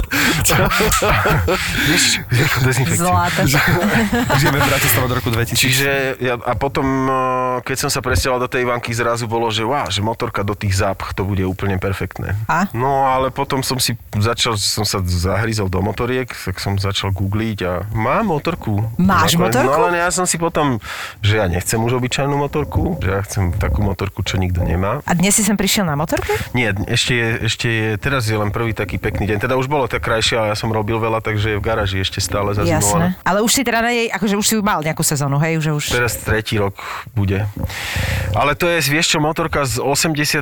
Víš, dezinfekciu. Zláta. Žijeme v Bratislave do roku 2000. Čiže a potom, keď som sa presťahoval do tej Ivanky, zrazu bolo, že že motorka do tých zápch, to bude úplne perfektné. A? No, ale potom som sa zahryzol do motoriek, tak som začal googliť a mám motorku. Máš motorku? No, ale ja som si potom, že ja nechcem už obyčajnú motorku, že ja chcem takú motorku, čo nikto nemá. A dnes si sem prišiel na motorke? Nie, ešte je, teraz je len prvý taký pekný deň. Teda už bolo tak krajšie, ale ja som robil veľa, takže je v garáži ešte stále zazimovaná. Jasné. Ale už si teda na nej, akože už si mal nejakú sezónu, hej? Že už... Teraz 3. rok bude. Ale to je, vieš čo, motorka z 86.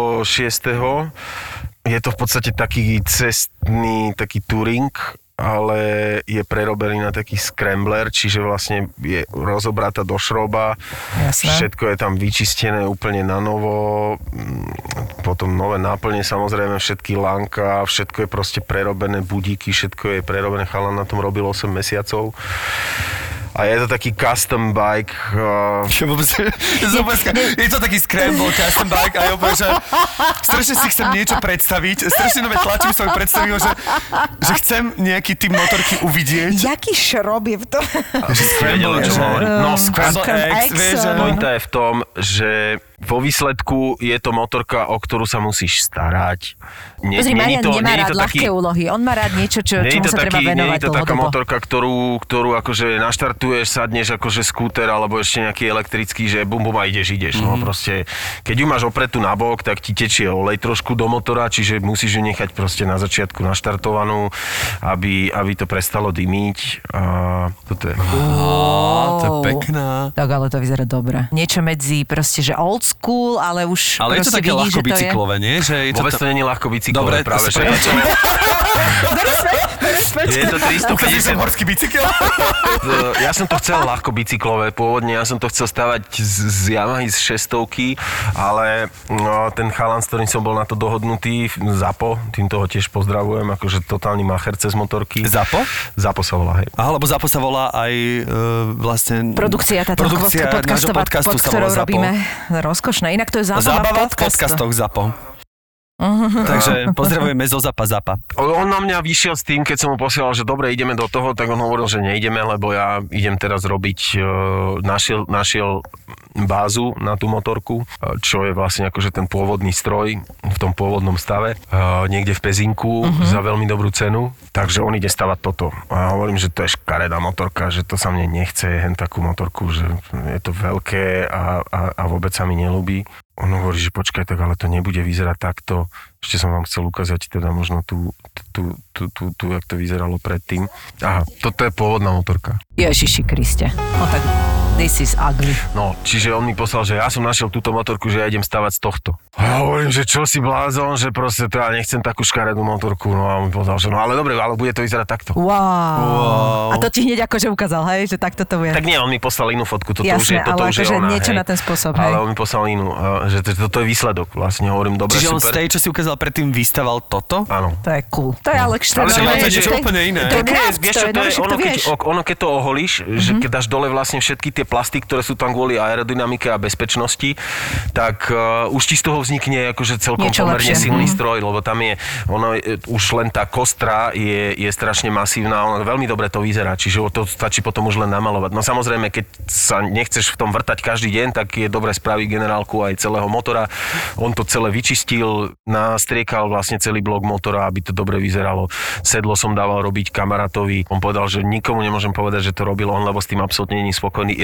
Je to v podstate taký cestný, taký touring, ale je prerobený na taký scrambler, čiže vlastne je rozobratá do šroba. Jasné. Všetko je tam vyčistené úplne na novo, potom nové náplne, samozrejme všetky lánka, všetko je proste prerobené, budíky, všetko je prerobené, chalan na tom robil 8 mesiacov. A je to taký custom bike. Je to taký scramble custom bike a ja úplne, že strašne si chcem niečo predstaviť. Strašne nové tlačím svoj predstavil, že chcem nejaký tým motorky uvidieť. Jaký šrob je v tom? Scramble, no, Scramble X, vieš. Pointa je v tom, že vo výsledku je to motorka, o ktorú sa musíš starať. Pozri, Marian nemá rád ľahké úlohy. On má rád niečo, čomu sa treba venovať. Nie je to taká motorka, ktorú akože naštartuješ, sadneš akože skúter alebo ešte nejaký elektrický, že bum bum a ideš. No proste, keď ju máš opretú na bok, tak ti tečie olej trošku do motora, čiže musíš ju nechať proste na začiatku naštartovanú, aby to prestalo dymiť. A toto je. To je pekná. Tak ale to vyzerá dobre. Niečo medzi proste, že old school, ale už ale je to také ľahko bicyklové, nie? Že vôbec to nie je ľahko bicyklové, práve. Je to 350. Horský bicykel? Ja som to chcel ľahko bicyklové pôvodne, ja som to chcel stavať z Yamahy z 600, ale ten chalan, s ktorým som bol na to dohodnutý, Zapo, týmto ho tiež pozdravujem, akože totálny macher cez motorky. Zapo? Zapo sa volá, hej. Aha, lebo Zapo sa volá aj vlastne... Produkcia podcastová, pod ktorou robíme. Rozkošné. Inak to je zábava v podcastoch Zapo. Takže pozdravujeme zo Zapa. On na mňa vyšiel s tým, keď som mu posielal, že dobre, ideme do toho, tak on hovoril, že neideme, lebo ja idem teraz robiť, našiel bázu na tú motorku, čo je vlastne akože ten pôvodný stroj v tom pôvodnom stave, niekde v Pezinku za veľmi dobrú cenu, takže on ide stavať toto. A hovorím, že to je škaredá motorka, že to sa mne nechce, hen takú motorku, že je to veľké a vôbec sa mi neľúbi. On hovorí, že počkaj, tak ale to nebude vyzerať takto. Ešte som vám chcel ukázať teda možno tú, jak to vyzeralo predtým. Aha, toto je pôvodná motorka. Ježiši Kriste. No tak this is ugly. No, čiže on mi poslal, že ja som našiel túto motorku, že ja idem stavať z tohto. A hovorím, že čo si blázon, že proste to ja nechcem takú škaredú motorku. No a on mi povedal, že no ale dobre, ale bude to vyzerať takto. Wow. A to ti hneď akože ukázal, hej, že takto to bude. Tak nie, on mi poslal inú fotku, toto jasné, toto už je ona, niečo hej. Na ten spôsob, hej. Ale on mi poslal inú, že toto je výsledok vlastne, hovorím, dobre, čiže super. Čiže on z tej, čo si ukázal predtým, vystaval toto? Áno. To je cool. To je ale extra. Ale to je niečo úplne iné. To je craft, ono, keď to oholíš, že keď dáš dole vlastne všetky tie plasty, ktoré sú tam kvôli aerodynamike a bezpečnosti, tak už ti z toho vznikne akože celkom niečo pomerne lepšie. Silný stroj, lebo tam je, už len tá kostra je strašne masívna, ono veľmi dobre to vyzerá, čiže to stačí potom už len namalovať. No samozrejme, keď sa nechceš v tom vrtať každý deň, tak je dobre spraviť generálku aj celého motora. On to celé vyčistil, nastriekal vlastne celý blok motora, aby to dobre vyzeralo. Sedlo som dával robiť kamarátovi. On povedal, že nikomu nemôžem povedať, že to robil on, lebo s tým absolútne nie je spokojný. Je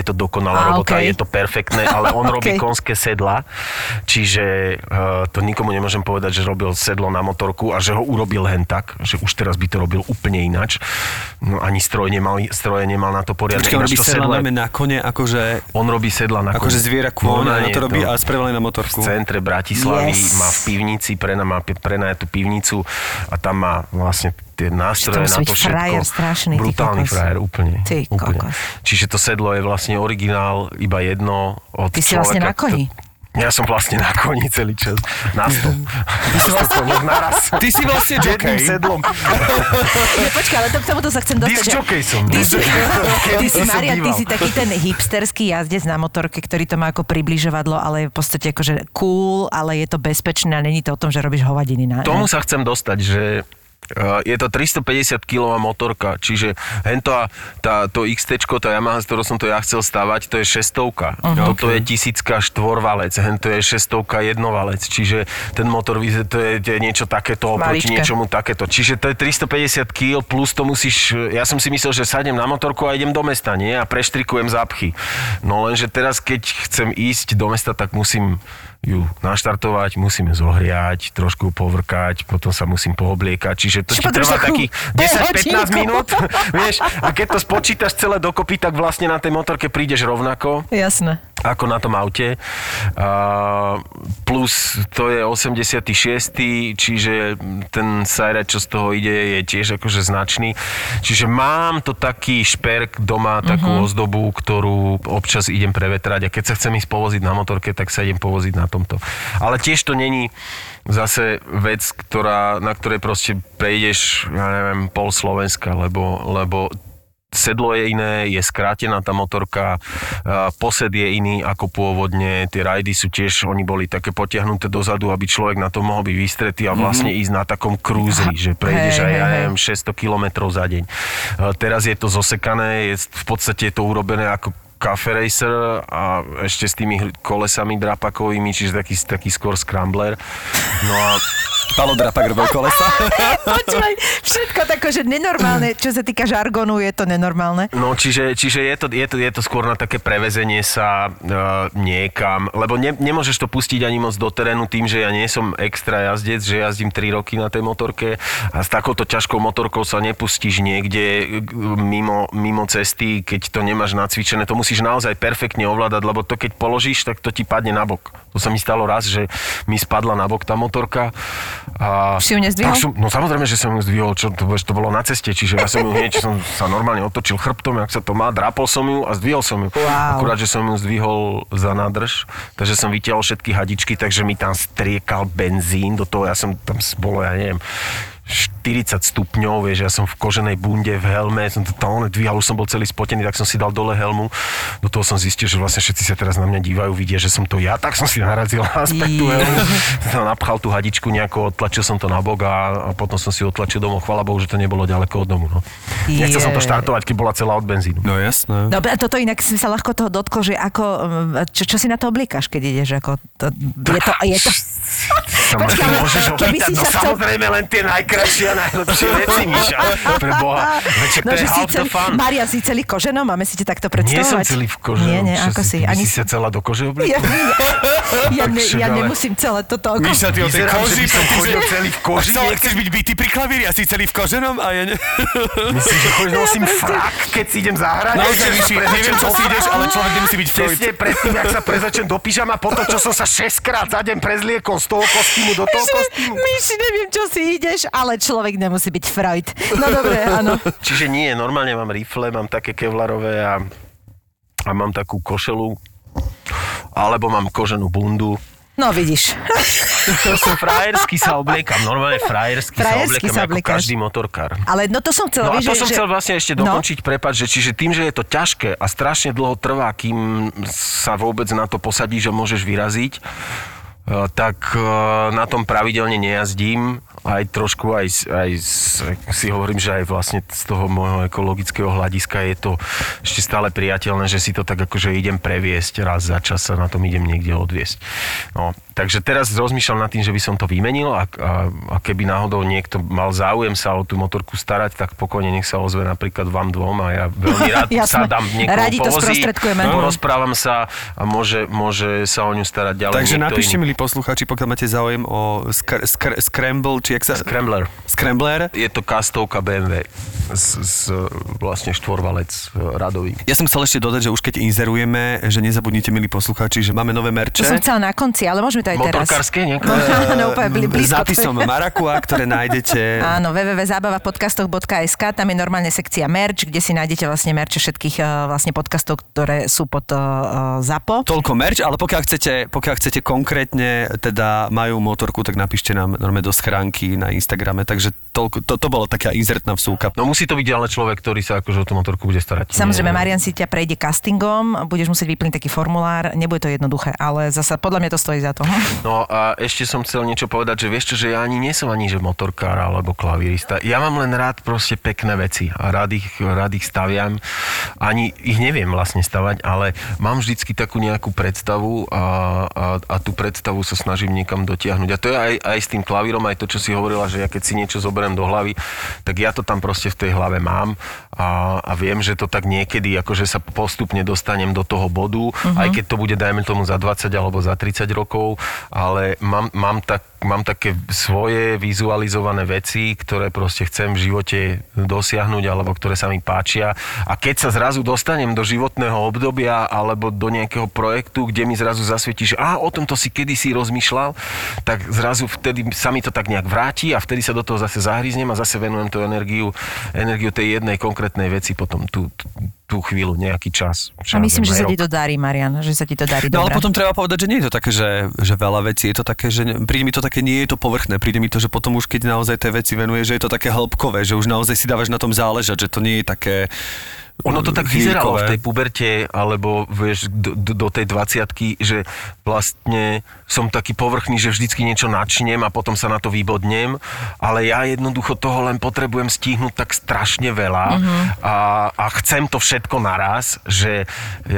to dokonalá robota, je to perfektné, ale on robí konské sedla, čiže to nikomu nemôžem povedať, že robil sedlo na motorku a že ho urobil len tak, že už teraz by to robil úplne inač. No ani stroje nemal na to poriadne. Počkej, on robí sedla na kone, akože... On robí sedla na kone. Akože zviera kôň, a to robí a sprevalí na motorku. V centre Bratislavy má v pivnici, prenajatú pivnicu a tam má vlastne tie nástroje na to všetko. Frajer, strašný, brutálny frajer, úplne. Úplne. Čiže to sedlo je vlastne originál, iba jedno od Ty si vlastne na koni. Ja som vlastne na koni celý čas. Na 100. Ty si vlastne naraz. Ty si vlastne jockey. Jedným sedlom. Počkaj, ale k tomuto sa chcem dostať. Disc jockey som. Ty si, Marian, ty si taký ten hipsterský jazdec na motorke, ktorý to má ako približovadlo, ale je v podstate akože cool, ale je to bezpečné a není to o tom, že robíš hovadiny. Tomu sa chcem dostať, že je to 350 kg motorka, čiže to XT-čko, tá Yamaha, z ktorou som to ja chcel stavať, to je 600. Toto je 1000 štvorvalec, hento je 600 jednovalec, čiže ten motor to je niečo takéto oproti niečomu takéto. Čiže to je 350 kg plus to musíš, ja som si myslel, že sadnem na motorku a idem do mesta, nie? A preštrikujem zápchy. No lenže teraz, keď chcem ísť do mesta, tak musím ju naštartovať, musíme zohriať, trošku povrkať, potom sa musím poobliekať, čiže to ti trvá takých 10-15 minút, vieš, a keď to spočítaš celé dokopy, tak vlastne na tej motorke prídeš rovnako. Jasné. Ako na tom aute. Plus to je 86, čiže ten sajrad, čo z toho ide, je tiež akože značný. Čiže mám to taký šperk doma, takú ozdobu, ktorú občas idem prevetrať a keď sa chcem ísť povoziť na motorke, tak sa idem povoziť na tomto. Ale tiež to není zase vec, na ktorej proste prejdeš, ja neviem, pol Slovenska, lebo sedlo je iné, je skrátená tá motorka, posed je iný ako pôvodne, tie rajdy sú tiež, oni boli také potiahnuté dozadu, aby človek na to mohol byť vystretý a vlastne ísť na takom cruiseri, že prejdeš aj, ja neviem, 600 kilometrov za deň. Teraz je to zosekané, v podstate je to urobené ako Cafe Racer a ešte s tými kolesami drapakovými, čiže taký skôr scrambler. No a Palo Drapak robil kolesa. Počúvaj, všetko tako, že nenormálne, čo sa týka žargonu, je to nenormálne. No, čiže je to skôr na také prevezenie sa niekam, lebo nemôžeš to pustiť ani moc do terénu tým, že ja nie som extra jazdec, že jazdím 3 roky na tej motorke a s takouto ťažkou motorkou sa nepustíš niekde mimo cesty, keď to nemáš nacvičené. To musíš naozaj perfektne ovládať, lebo to keď položíš, tak to ti padne na bok. To sa mi stalo raz, že mi spadla na bok tá motorka. Si ju nezdvihol? No samozrejme, že som ju zdvihol, to bolo na ceste, čiže ja som ju som sa normálne otočil chrbtom, jak sa to má, drápol som ju a zdvihol som ju. Wow. Akurát, že som ju zdvihol za nádrž, takže som vytiahol všetky hadičky, takže mi tam striekal benzín, do toho ja som tam bolo, ja neviem, 40 stupňov, vieš, ja som v koženej bunde, v helme, som to tam dvíhal, už som bol celý spotený, tak som si dal dole helmu. Do toho som zistil, že vlastne všetci sa teraz na mňa dívajú, vidia, že som to ja, tak som si narazil naspäť tú helmu. Som napchal tú hadičku nejako, odtlačil som to na bok a potom som si odtlačil domov. Chvála Bohu, že to nebolo ďaleko od domu. No. Nechcel som to štartovať, keď bola celá od benzínu. No jasné. No a toto inak si sa ľahko toho dotkol, že ako, čo si na to oblíkaš, keď ideš, ako je to... Počkaj, môžeš oblíkať, no samozrejme len tie najkrajšie a najlepšie veci, Miša. Pre Boha. No, že Marian, si celý koženo? Máme si ťa takto predstavovať? Nie som celý v kože. Nie, ako si? Ty si sa celá do kože obliekla? Ja nemusím celé toto oko. Miša, ty o tej koži, som chodil celý v koži. A chceš byť bitý pri klavíri a si celý v koženom? A ja ne... Myslíš, že nosím frak, keď si idem zahrať? No, neviem, čo si ideš, ale človek nemusí byť Freud. Tesne predtým, jak sa prezačem do pyžama, potom, čo som sa 6-krát za deň prezliekol z toho kostýmu do toho kostýmu. Myši, neviem, čo si ideš, ale človek nemusí byť Freud. No dobre, áno. Čiže nie, normálne mám rifle, mám také kevlarové a mám takú košelu, alebo mám koženú bundu. No vidíš. To som frajersky sa obliekam, normálne frajersky sa obliekam ako každý motorkár. Ale no to som chcel, no, to som chcel vlastne ešte dokončiť, prepáč, že čiže tým, že je to ťažké a strašne dlho trvá, kým sa vôbec na to posadíš a môžeš vyraziť, tak na tom pravidelne nejazdím. Aj trošku, si hovorím, že aj vlastne z toho môjho ekologického hľadiska je to ešte stále priateľné, že si to tak akože idem previesť raz za čas a na tom idem niekde odviesť. No, Takže teraz rozmýšľam nad tým, že by som to vymenil a keby náhodou niekto mal záujem sa o tú motorku starať, tak pokojne nech sa ozve napríklad vám dvom a ja veľmi rád sa dám niekomu Radi to sprostredkujeme. Porozprávam sa a môže sa o ňu starať ďalej. Takže napíšte, milí poslucháči, pokiaľ máte záujem o Scramble, či jak sa... Scrambler. Je to kastovka BMW z vlastne štvorvalec radový. Ja som chcel ešte dodať, že už keď inzerujeme, že nezabudnite, milí poslucháči, že máme nové merče. To som chcela na konci, ale môžeme to aj teraz. Motorkárske, niekto? S nápisom Marakua, ktoré nájdete. Áno, www.zabavapodcastoch.sk, tam je normálne sekcia merch, kde si nájdete vlastne merče všetkých vlastne podcastov, ktoré sú pod ZAPO. Toľko merch, ale pokiaľ chcete konkrétne teda majú motorku, tak napíšte nám normálne do schránky na Instagrame, takže to bolo taká inzertná vsúka. No musí to byť ale človek, ktorý sa akože o tú motorku bude starať. Samozrejme, Marian si ťa prejde castingom, budeš musieť vyplniť taký formulár, nebude to jednoduché, ale zasa podľa mňa to stojí za to. No a ešte som chcel niečo povedať, že vieš čo, že ja ani nie som ani že motorkár alebo klavírista. Ja mám len rád proste pekné veci a rád ich staviam. Ani ich neviem vlastne stavať, ale mám vždycky takú nejakú predstavu a tú predstavu sa snažím niekam dotiahnuť. A to je aj s tým klavírom, aj to, čo si hovorila, že ja keď si niečo zoberiem do hlavy, tak ja to tam proste v tej hlave mám a viem, že to tak niekedy akože sa postupne dostanem do toho bodu, aj keď to bude, dajme tomu, za 20 alebo za 30 rokov, ale mám také svoje vizualizované veci, ktoré proste chcem v živote dosiahnuť alebo ktoré sa mi páčia. A keď sa zrazu dostanem do životného obdobia alebo do nejakého projektu, kde mi zrazu zasvietí, že o tomto si kedysi rozmýšľal, tak zrazu vtedy sa mi to tak nejak vráti a vtedy sa do toho zase zahryznem a zase venujem tú energiu tej jednej konkrétnej veci potom tú chvíľu, nejaký čas. A myslím, že sa ti to darí, Marian, že sa ti to darí dobre. No ale potom treba povedať, že nie je to také, že veľa vecí, je to také, že príde mi to také, nie je to povrchné, príde mi to, že potom už keď naozaj tie veci venuje, že je to také hĺbkové, že už naozaj si dávaš na tom záležať, že to nie je také... Ono to tak vyzeralo v tej puberte, alebo vieš, do tej 20-ky, že vlastne som taký povrchný, že vždycky niečo načnem a potom sa na to vybodnem, ale ja jednoducho toho len potrebujem stihnúť tak strašne veľa a chcem to všetko naraz, že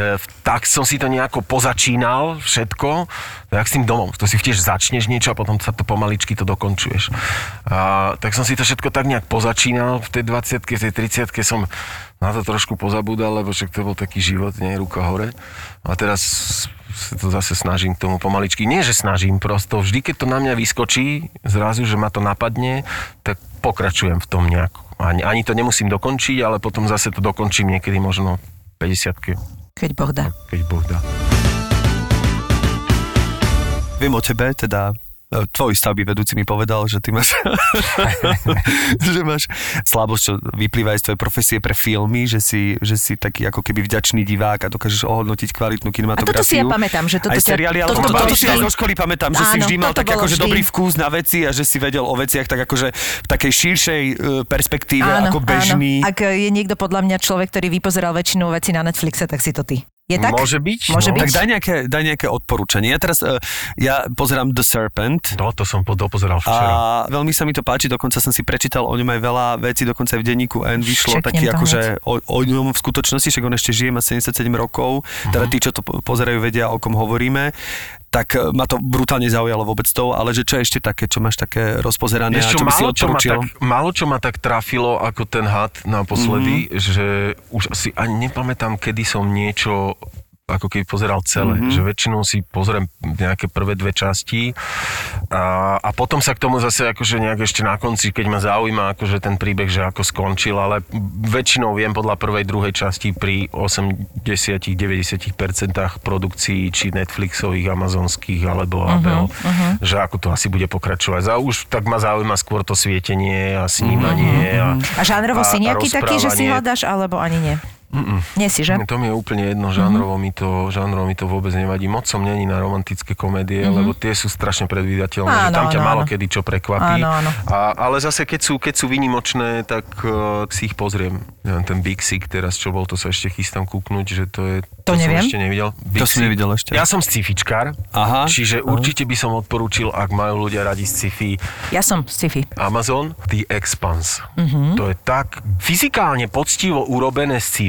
tak som si to nejako pozačínal všetko, jak s tým domom. To si tiež začneš niečo a potom sa to pomaličky to dokončuješ. Tak som si to všetko tak nejak pozačínal v tej 20-ke, v tej 30-ke som na to trošku pozabudal, lebo však to bol taký život, nie, ruka hore. A teraz sa to zase snažím k tomu pomaličky. Nie, že snažím, prosto vždy, keď to na mňa vyskočí, zrazu, že ma to napadne, tak pokračujem v tom nejako. Ani to nemusím dokončiť, ale potom zase to dokončím niekedy možno 50-ke. Keď Boh dá. Keď Boh dá. Viem o tebe, teda tvoj stavby vedúci mi povedal, že ty máš že máš slabosť, čo vyplýva aj z tvojej profesie pre filmy, že si taký ako keby vďačný divák a dokážeš ohodnotiť kvalitnú kinematografiu. A toto si ja pamätám, že toto aj seriály, ale toto si aj zo školy pamätám, že si vždy mal tak akože dobrý vkus na veci a že si vedel o veciach tak akože v takej širšej perspektíve ako bežný. Áno. Ak je niekto podľa mňa človek, ktorý vypozeral väčšinu vecí na Netflixe, tak si to ty. Je tak? Môže byť. Tak daj nejaké odporúčanie. Ja teraz pozerám The Serpent. No, to som dopozeral včera. A veľmi sa mi to páči, dokonca som si prečítal o ňom aj veľa vecí, dokonca aj v denníku N vyšlo taký akože o ňom v skutočnosti, však on ešte žije, má 77 rokov, teda tí, čo to pozerajú, vedia, o kom hovoríme. Tak ma to brutálne zaujalo vôbec toho, ale že čo je ešte také, čo máš také rozpozerané a čo by si odporúčil? Málo čo ma tak trafilo ako ten had naposledy, že už asi ani nepamätám, kedy som niečo ako keby pozeral celé, že väčšinou si pozriem nejaké prvé dve časti a potom sa k tomu zase akože nejak ešte na konci, keď ma zaujíma akože ten príbeh, že ako skončil, ale väčšinou viem podľa prvej, druhej časti pri 80-90% produkcií či Netflixových, amazonských alebo HBO, že ako to asi bude pokračovať. Už tak ma zaujíma skôr to svietenie a snímanie a žánrovo si nejaký taký, že si hľadaš, alebo ani nie? Nie si, že? To mi je úplne jedno, žánrovo mi to vôbec nevadí. Moc som není na romantické komédie, lebo tie sú strašne predvídateľné, že tam ťa málo kedy čo prekvapí. Ale zase keď sú výnimočné, tak si ich pozriem. Ten Big Sick teraz, čo bol, to sa ešte chystám kúknuť, že to je... To neviem. Som ešte nevidel. To som nevidel ešte. Ja som sci-fičkár, čiže určite by som odporúčil, ak majú ľudia radi sci-fi. Ja som sci-fi. Amazon, The Expanse. To je tak fyzikálne poctivo urobené sci-fi,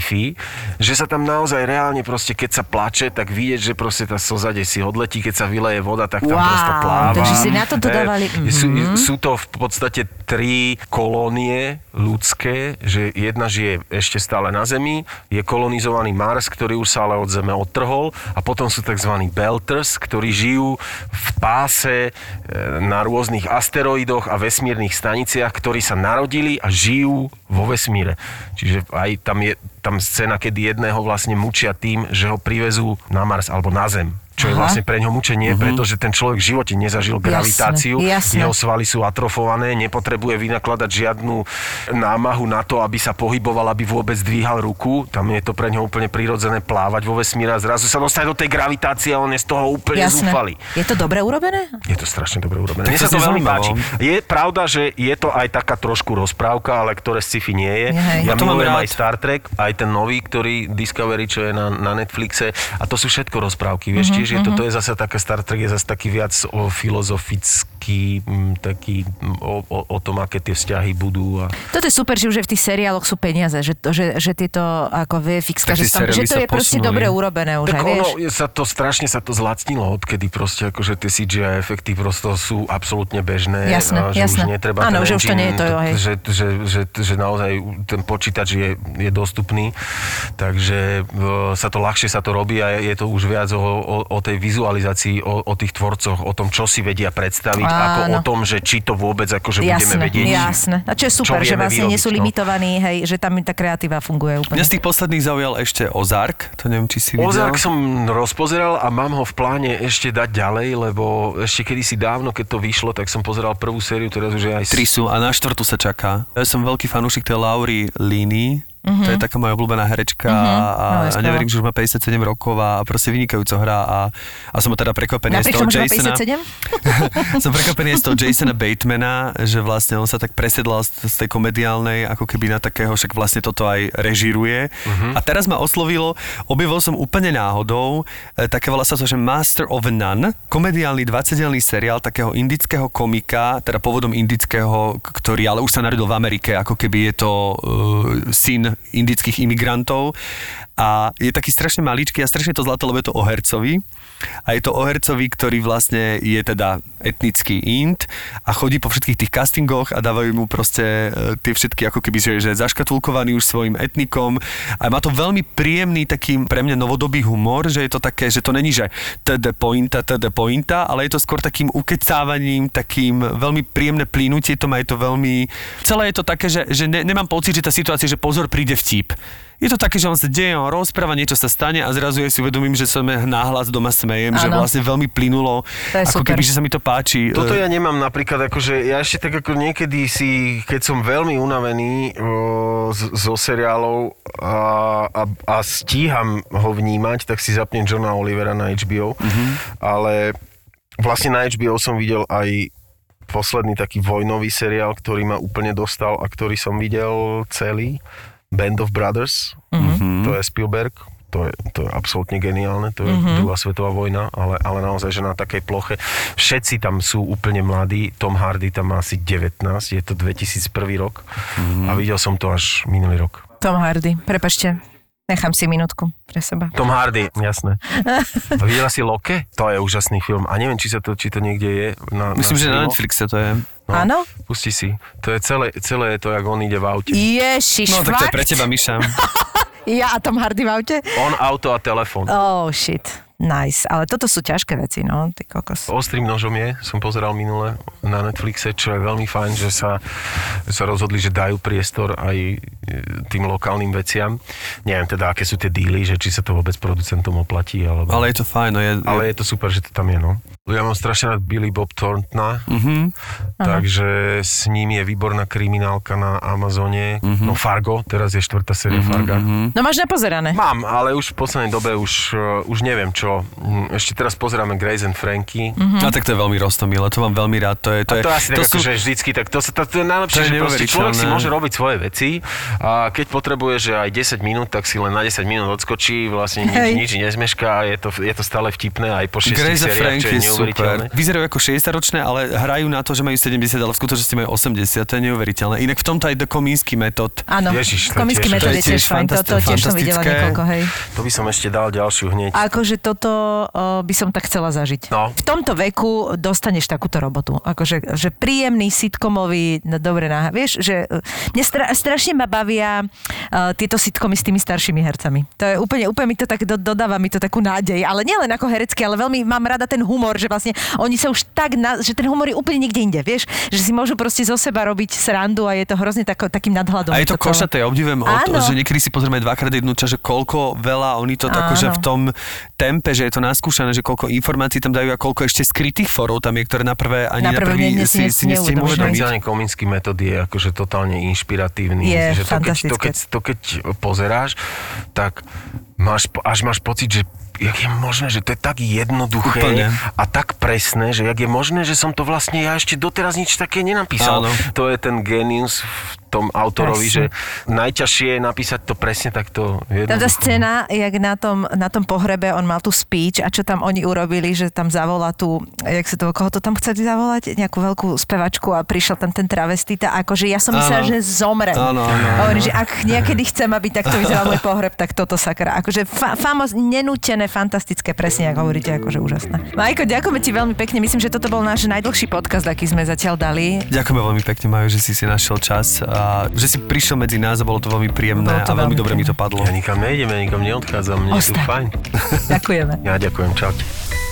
sci-fi, že sa tam naozaj reálne proste, keď sa plače, tak vidieť, že proste tá slza si odletí, keď sa vyleje voda, tak tam prosto pláva. Takže si na to dodávali. Sú to v podstate 3 kolónie ľudské, že jedna žije ešte stále na Zemi, je kolonizovaný Mars, ktorý už sa ale od Zeme odtrhol, a potom sú tzv. Belters, ktorí žijú v páse na rôznych asteroidoch a vesmírnych staniciach, ktorí sa narodili a žijú vo vesmíre. Čiže aj tam je scéna, kedy jedného vlastne mučia tým, že ho privezú na Mars alebo na Zem. Čo je vlastne pre ňo mučenie, pretože ten človek v živote nezažil gravitáciu, jeho svaly sú atrofované, nepotrebuje vynakladať žiadnu námahu na to, aby sa pohyboval, aby vôbec dvíhal ruku. Tam je to pre ňo úplne prirodzené plávať vo vesmíre a zrazu sa dostane do tej gravitácie a on je z toho úplne zúfalý. Je to dobre urobené? Je to strašne dobre urobené. Mne sa to veľmi páči. Je pravda, že je to aj taká trošku rozprávka, ale ktoré sci-fi nie je. Ja milujem aj Star Trek, aj ten nový, ktorý Discovery, čo je na Netflixe, a to sú všetko rozprávky, vieš, že toto je zase také, Star Trek je zase taký viac filozofický, taký o tom, aké tie vzťahy budú. Toto je super, že už v tých seriáloch sú peniaze, že tieto ako VFX, že to je proste dobre urobené už, tak aj vieš. Strašne sa to zlacnilo, odkedy proste akože tie CGI efekty prosto sú absolútne bežné. Jasné. Už netreba áno, ten že už to nie je to, hej. Že naozaj ten počítač je dostupný, takže ľahšie sa to robí a je to už viac o tej vizualizácii, o tých tvorcoch, o tom, čo si vedia predstaviť, ako o tom, že či to vôbec akože budeme vedieť. Jasné. A čo je super, že vlastne nie sú limitovaní, hej, že tam tá kreatíva funguje úplne. Mňa z tých posledných zaujal ešte Ozark, to neviem, či si videl. Ozark som rozpozeral a mám ho v pláne ešte dať ďalej, lebo ešte kedysi dávno, keď to vyšlo, tak som pozeral prvú sériu, teraz už je aj... 3 sú a na 4 sa čaká. Ja som veľký fanúšik tej Laurie Linney. To je taká moja obľúbená herečka a neverím, že už má 57 rokov a proste vynikajúco hrá a som teda prekvapený z toho Jasona. Som prekvapený z toho Jasona Batemana, že vlastne on sa tak presedlal z tej komediálnej ako keby na takého, však vlastne toto aj režíruje. A teraz ma oslovilo, objavil som úplne náhodou, také volá sa to, že Master of None, komediálny 20-dielny seriál takého indického komika, teda pôvodom indického, ktorý ale už sa narodil v Amerike, ako keby je to syn indických imigrantov a je taký strašne maličký a strašne to zlaté, lebo je to o hercovi a je to o hercovi, ktorý vlastne je teda etnický Ind a chodí po všetkých tých castingoch a dávajú mu proste tie všetky ako keby, že je zaškatulkovaný už svojim etnikom a má to veľmi príjemný taký pre mňa novodobý humor, že je to také, že to není, že TD pointa, ale je to skôr takým ukecávaním, takým veľmi príjemné plínutie, to má je to veľmi, celé je to také, že nemám pocit, že tá situácia, že pozor, príde vtip. Je to také, že on sa deje, on rozpráva, niečo sa stane a zrazu ja si uvedomím, že sa nahlas doma smejem, že vlastne veľmi plynulo, ako keby, že sa mi to páči. Toto ja nemám napríklad, akože ja ešte tak ako niekedy si, keď som veľmi unavený zo seriálov a stíham ho vnímať, tak si zapnem Johna Olivera na HBO, ale vlastne na HBO som videl aj posledný taký vojnový seriál, ktorý ma úplne dostal a ktorý som videl celý. Band of Brothers, to je Spielberg, to je absolútne geniálne, to je druhá svetová vojna, ale naozaj, že na takej ploche. Všetci tam sú úplne mladí, Tom Hardy tam má asi 19, je to 2001 rok a videl som to až minulý rok. Tom Hardy, prepáčte. Nechám si minútku pre seba. Tom Hardy, jasné. A videla si Loke? To je úžasný film. A neviem, či to niekde je. Myslím, že na Netflixe to je. No, áno? Pusti si. To je celé je to, jak on ide v aute. Ježiš, no, tak to je pre teba, Miša. Ja a Tom Hardy v aute? On, auto a telefón. Oh, shit. Nice, ale toto sú ťažké veci, no, ty kokos. Ostrým nožom som pozeral minule na Netflixe, čo je veľmi fajn, že sa rozhodli, že dajú priestor aj tým lokálnym veciam. Neviem teda, aké sú tie díly, že či sa to vôbec producentom oplatí, alebo... Ale je to fajn, no Ale je to super, že to tam je, no. Ja mám strašne rád Billy Bob Thorntona, takže s ním je výborná kriminálka na Amazone. No Fargo, teraz je 4. séria Farga. No máš napozerané. Mám, ale už v poslednej dobe už neviem čo, čo, ešte teraz pozeráme Grace and Frankie. A tak to je veľmi roztomilé, to mám veľmi rád. To je asi tak akože vždycky, tak to je najlepšie, že proste človek si môže robiť svoje veci a keď potrebuje, že aj 10 minút, tak si len na 10 minút odskočí, vlastne nič nezmešká a je to stále vtipné aj po 6 seriách, čo je neuveriteľné. Vyzerajú ako 60-ročné, ale hrajú na to, že majú 70, ale v skutočnosti majú 80, to je neuveriteľné. Inak v tomto aj The Kominsky Method. Áno, Kominsky Method je tiež fajn, to tiež som videla niekoľko, hej. To by som ešte dal ďalšiu hneď. Akože toto by som tak chcela zažiť. No. V tomto veku dostaneš takúto robotu. Akože že príjemný, sitcomový, dobre vieš, že mne strašne ma bavia tieto sitcomy s tými staršími hercami. To je úplne mi to tak dodáva mi to takú nádej, ale nielen ako herecky, ale veľmi mám rada ten humor, že vlastne oni sa už tak, že ten humor je úplne niekde inde, vieš, že si môžu proste zo seba robiť srandu a je to hrozne takým nadhľadom. A je to košaté, obdivujem, že niekedy si pozrieme dvakrát jednu časť, že koľko veľa oni to akože v tom tempe, že je to naskúšané, že koľko informácií tam dajú a koľko ešte skrytých forov tam je, ktoré na prvý si nestihnú uvedomiť. Špeciálne Kominsky Method je akože totálne inšpiratívny. Je že fantastické. keď pozeráš, tak máš pocit, že jak je možné, že to je tak jednoduché úplne. A tak presné, že jak je možné, že som to vlastne ja ešte doteraz nič také nenapísal. Áno. To je ten genius v tom autorovi, že najťažšie je napísať to presne takto jednoducho. Tá scéna, jak na tom pohrebe on mal tú speech a čo tam oni urobili, že tam zavolá koho to tam chceli zavolať? Nejakú veľkú spevačku a prišiel tam ten travestita, akože ja som myslela, že zomrem. Hovorí, že ak niekedy chcem, aby takto vyzeral môj pohreb, tak toto sakra. Akože nenútené, fantastické, presne, ako hovoríte, akože úžasné. Majko, ďakujeme ti veľmi pekne. Myslím, že toto bol náš najdlhší podcast, aký sme zatiaľ dali. Ďakujeme veľmi pekne, Majo, že si našiel čas a že si prišiel medzi nás a bolo to veľmi príjemné a veľmi dobre mi to padlo. Ja nikam nejdeme, nikam neodchádzam, mne je tu fajn. Ďakujeme. Ja ďakujem, čaute.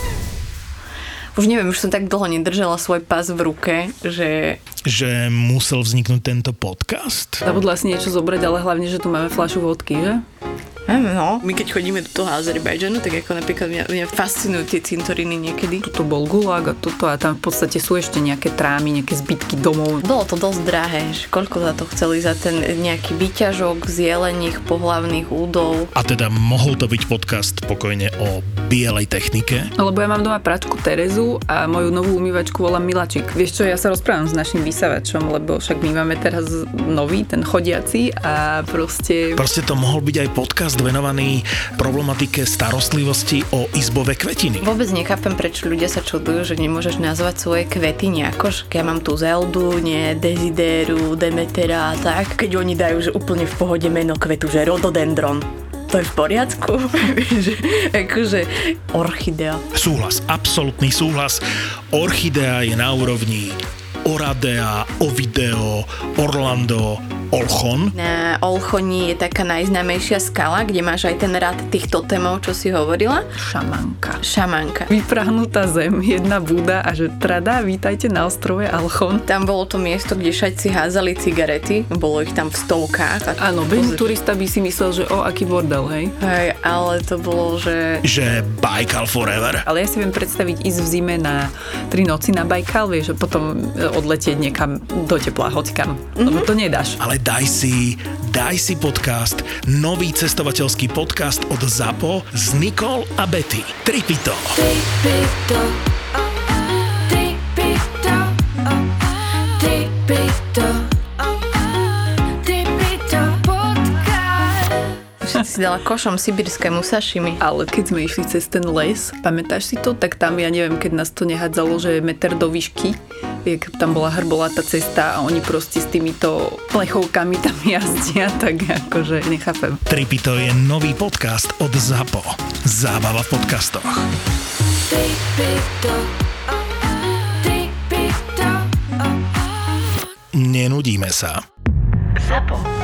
Už neviem, už som tak dlho nedržala svoj pás v ruke, že musel vzniknúť tento podcast? Zabudla si niečo zobrať, ale hlavne, že tu máme fľašu vodky, že? No. My keď chodíme do toho Azerbajdžanu, tak ako napríklad mňa fascinujú tie cintoriny niekedy. Tuto bol gulag a toto a tam v podstate sú ešte nejaké trámy, nejaké zbytky domov. Bolo to dosť drahé, že koľko za to chceli za ten nejaký výťažok z jelených pohlavných údov. A teda mohol to byť podcast pokojne o bielej technike? Lebo ja mám doma pračku Terezu a moju novú umývačku volám Milačik. Vieš čo, ja sa rozprávam s našim vysavačom, lebo však my máme teraz nový, ten chodiaci a proste to mohol byť aj podcast venovaný problematike starostlivosti o izbové kvetiny. Vôbec nechápem, prečo ľudia sa čudujú, že nemôžeš nazvať svoje kvety nejako. Ja mám tu Zeldu, Desidéru, Demetera a tak. Keď oni dajú, že úplne v pohode meno kvetu, že Rhododendron. To je v poriadku? Akože orchidea. Súhlas, absolútny súhlas. Orchidea je na úrovni Oradea, Ovideo, Orlando, Olchon. Na Olchoni je taká najznámejšia skala, kde máš aj ten rad tých totemov, čo si hovorila. Šamanka. Vyprahnutá zem, jedna búda a že trada, vítajte na ostrove Olchon. Tam bolo to miesto, kde šajci házali cigarety, bolo ich tam v stovkách. Áno, bežný turista by si myslel, že aký bordel, hej? Hej, ale to bolo, že Baikal forever. Ale ja si viem predstaviť ísť v zime na 3 noci na Baikal, vieš, a potom odletieť niekam do tepla, hoďkam. Lebo to nedáš. Ale daj si podcast, nový cestovateľský podcast od ZAPO s Nicole a Betty. Tripito. Si dala košom sibirskému sašimi. Ale keď sme išli cez ten les, pamätáš si to? Tak tam, ja neviem, keď nás to nehádzalo, že meter do výšky, jak tam bola hrbolatá cesta a oni proste s týmito plechovkami tam jazdia, tak akože nechápem. Tripito je nový podcast od ZAPO. Zábava v podcastoch. Nenudíme sa. ZAPO.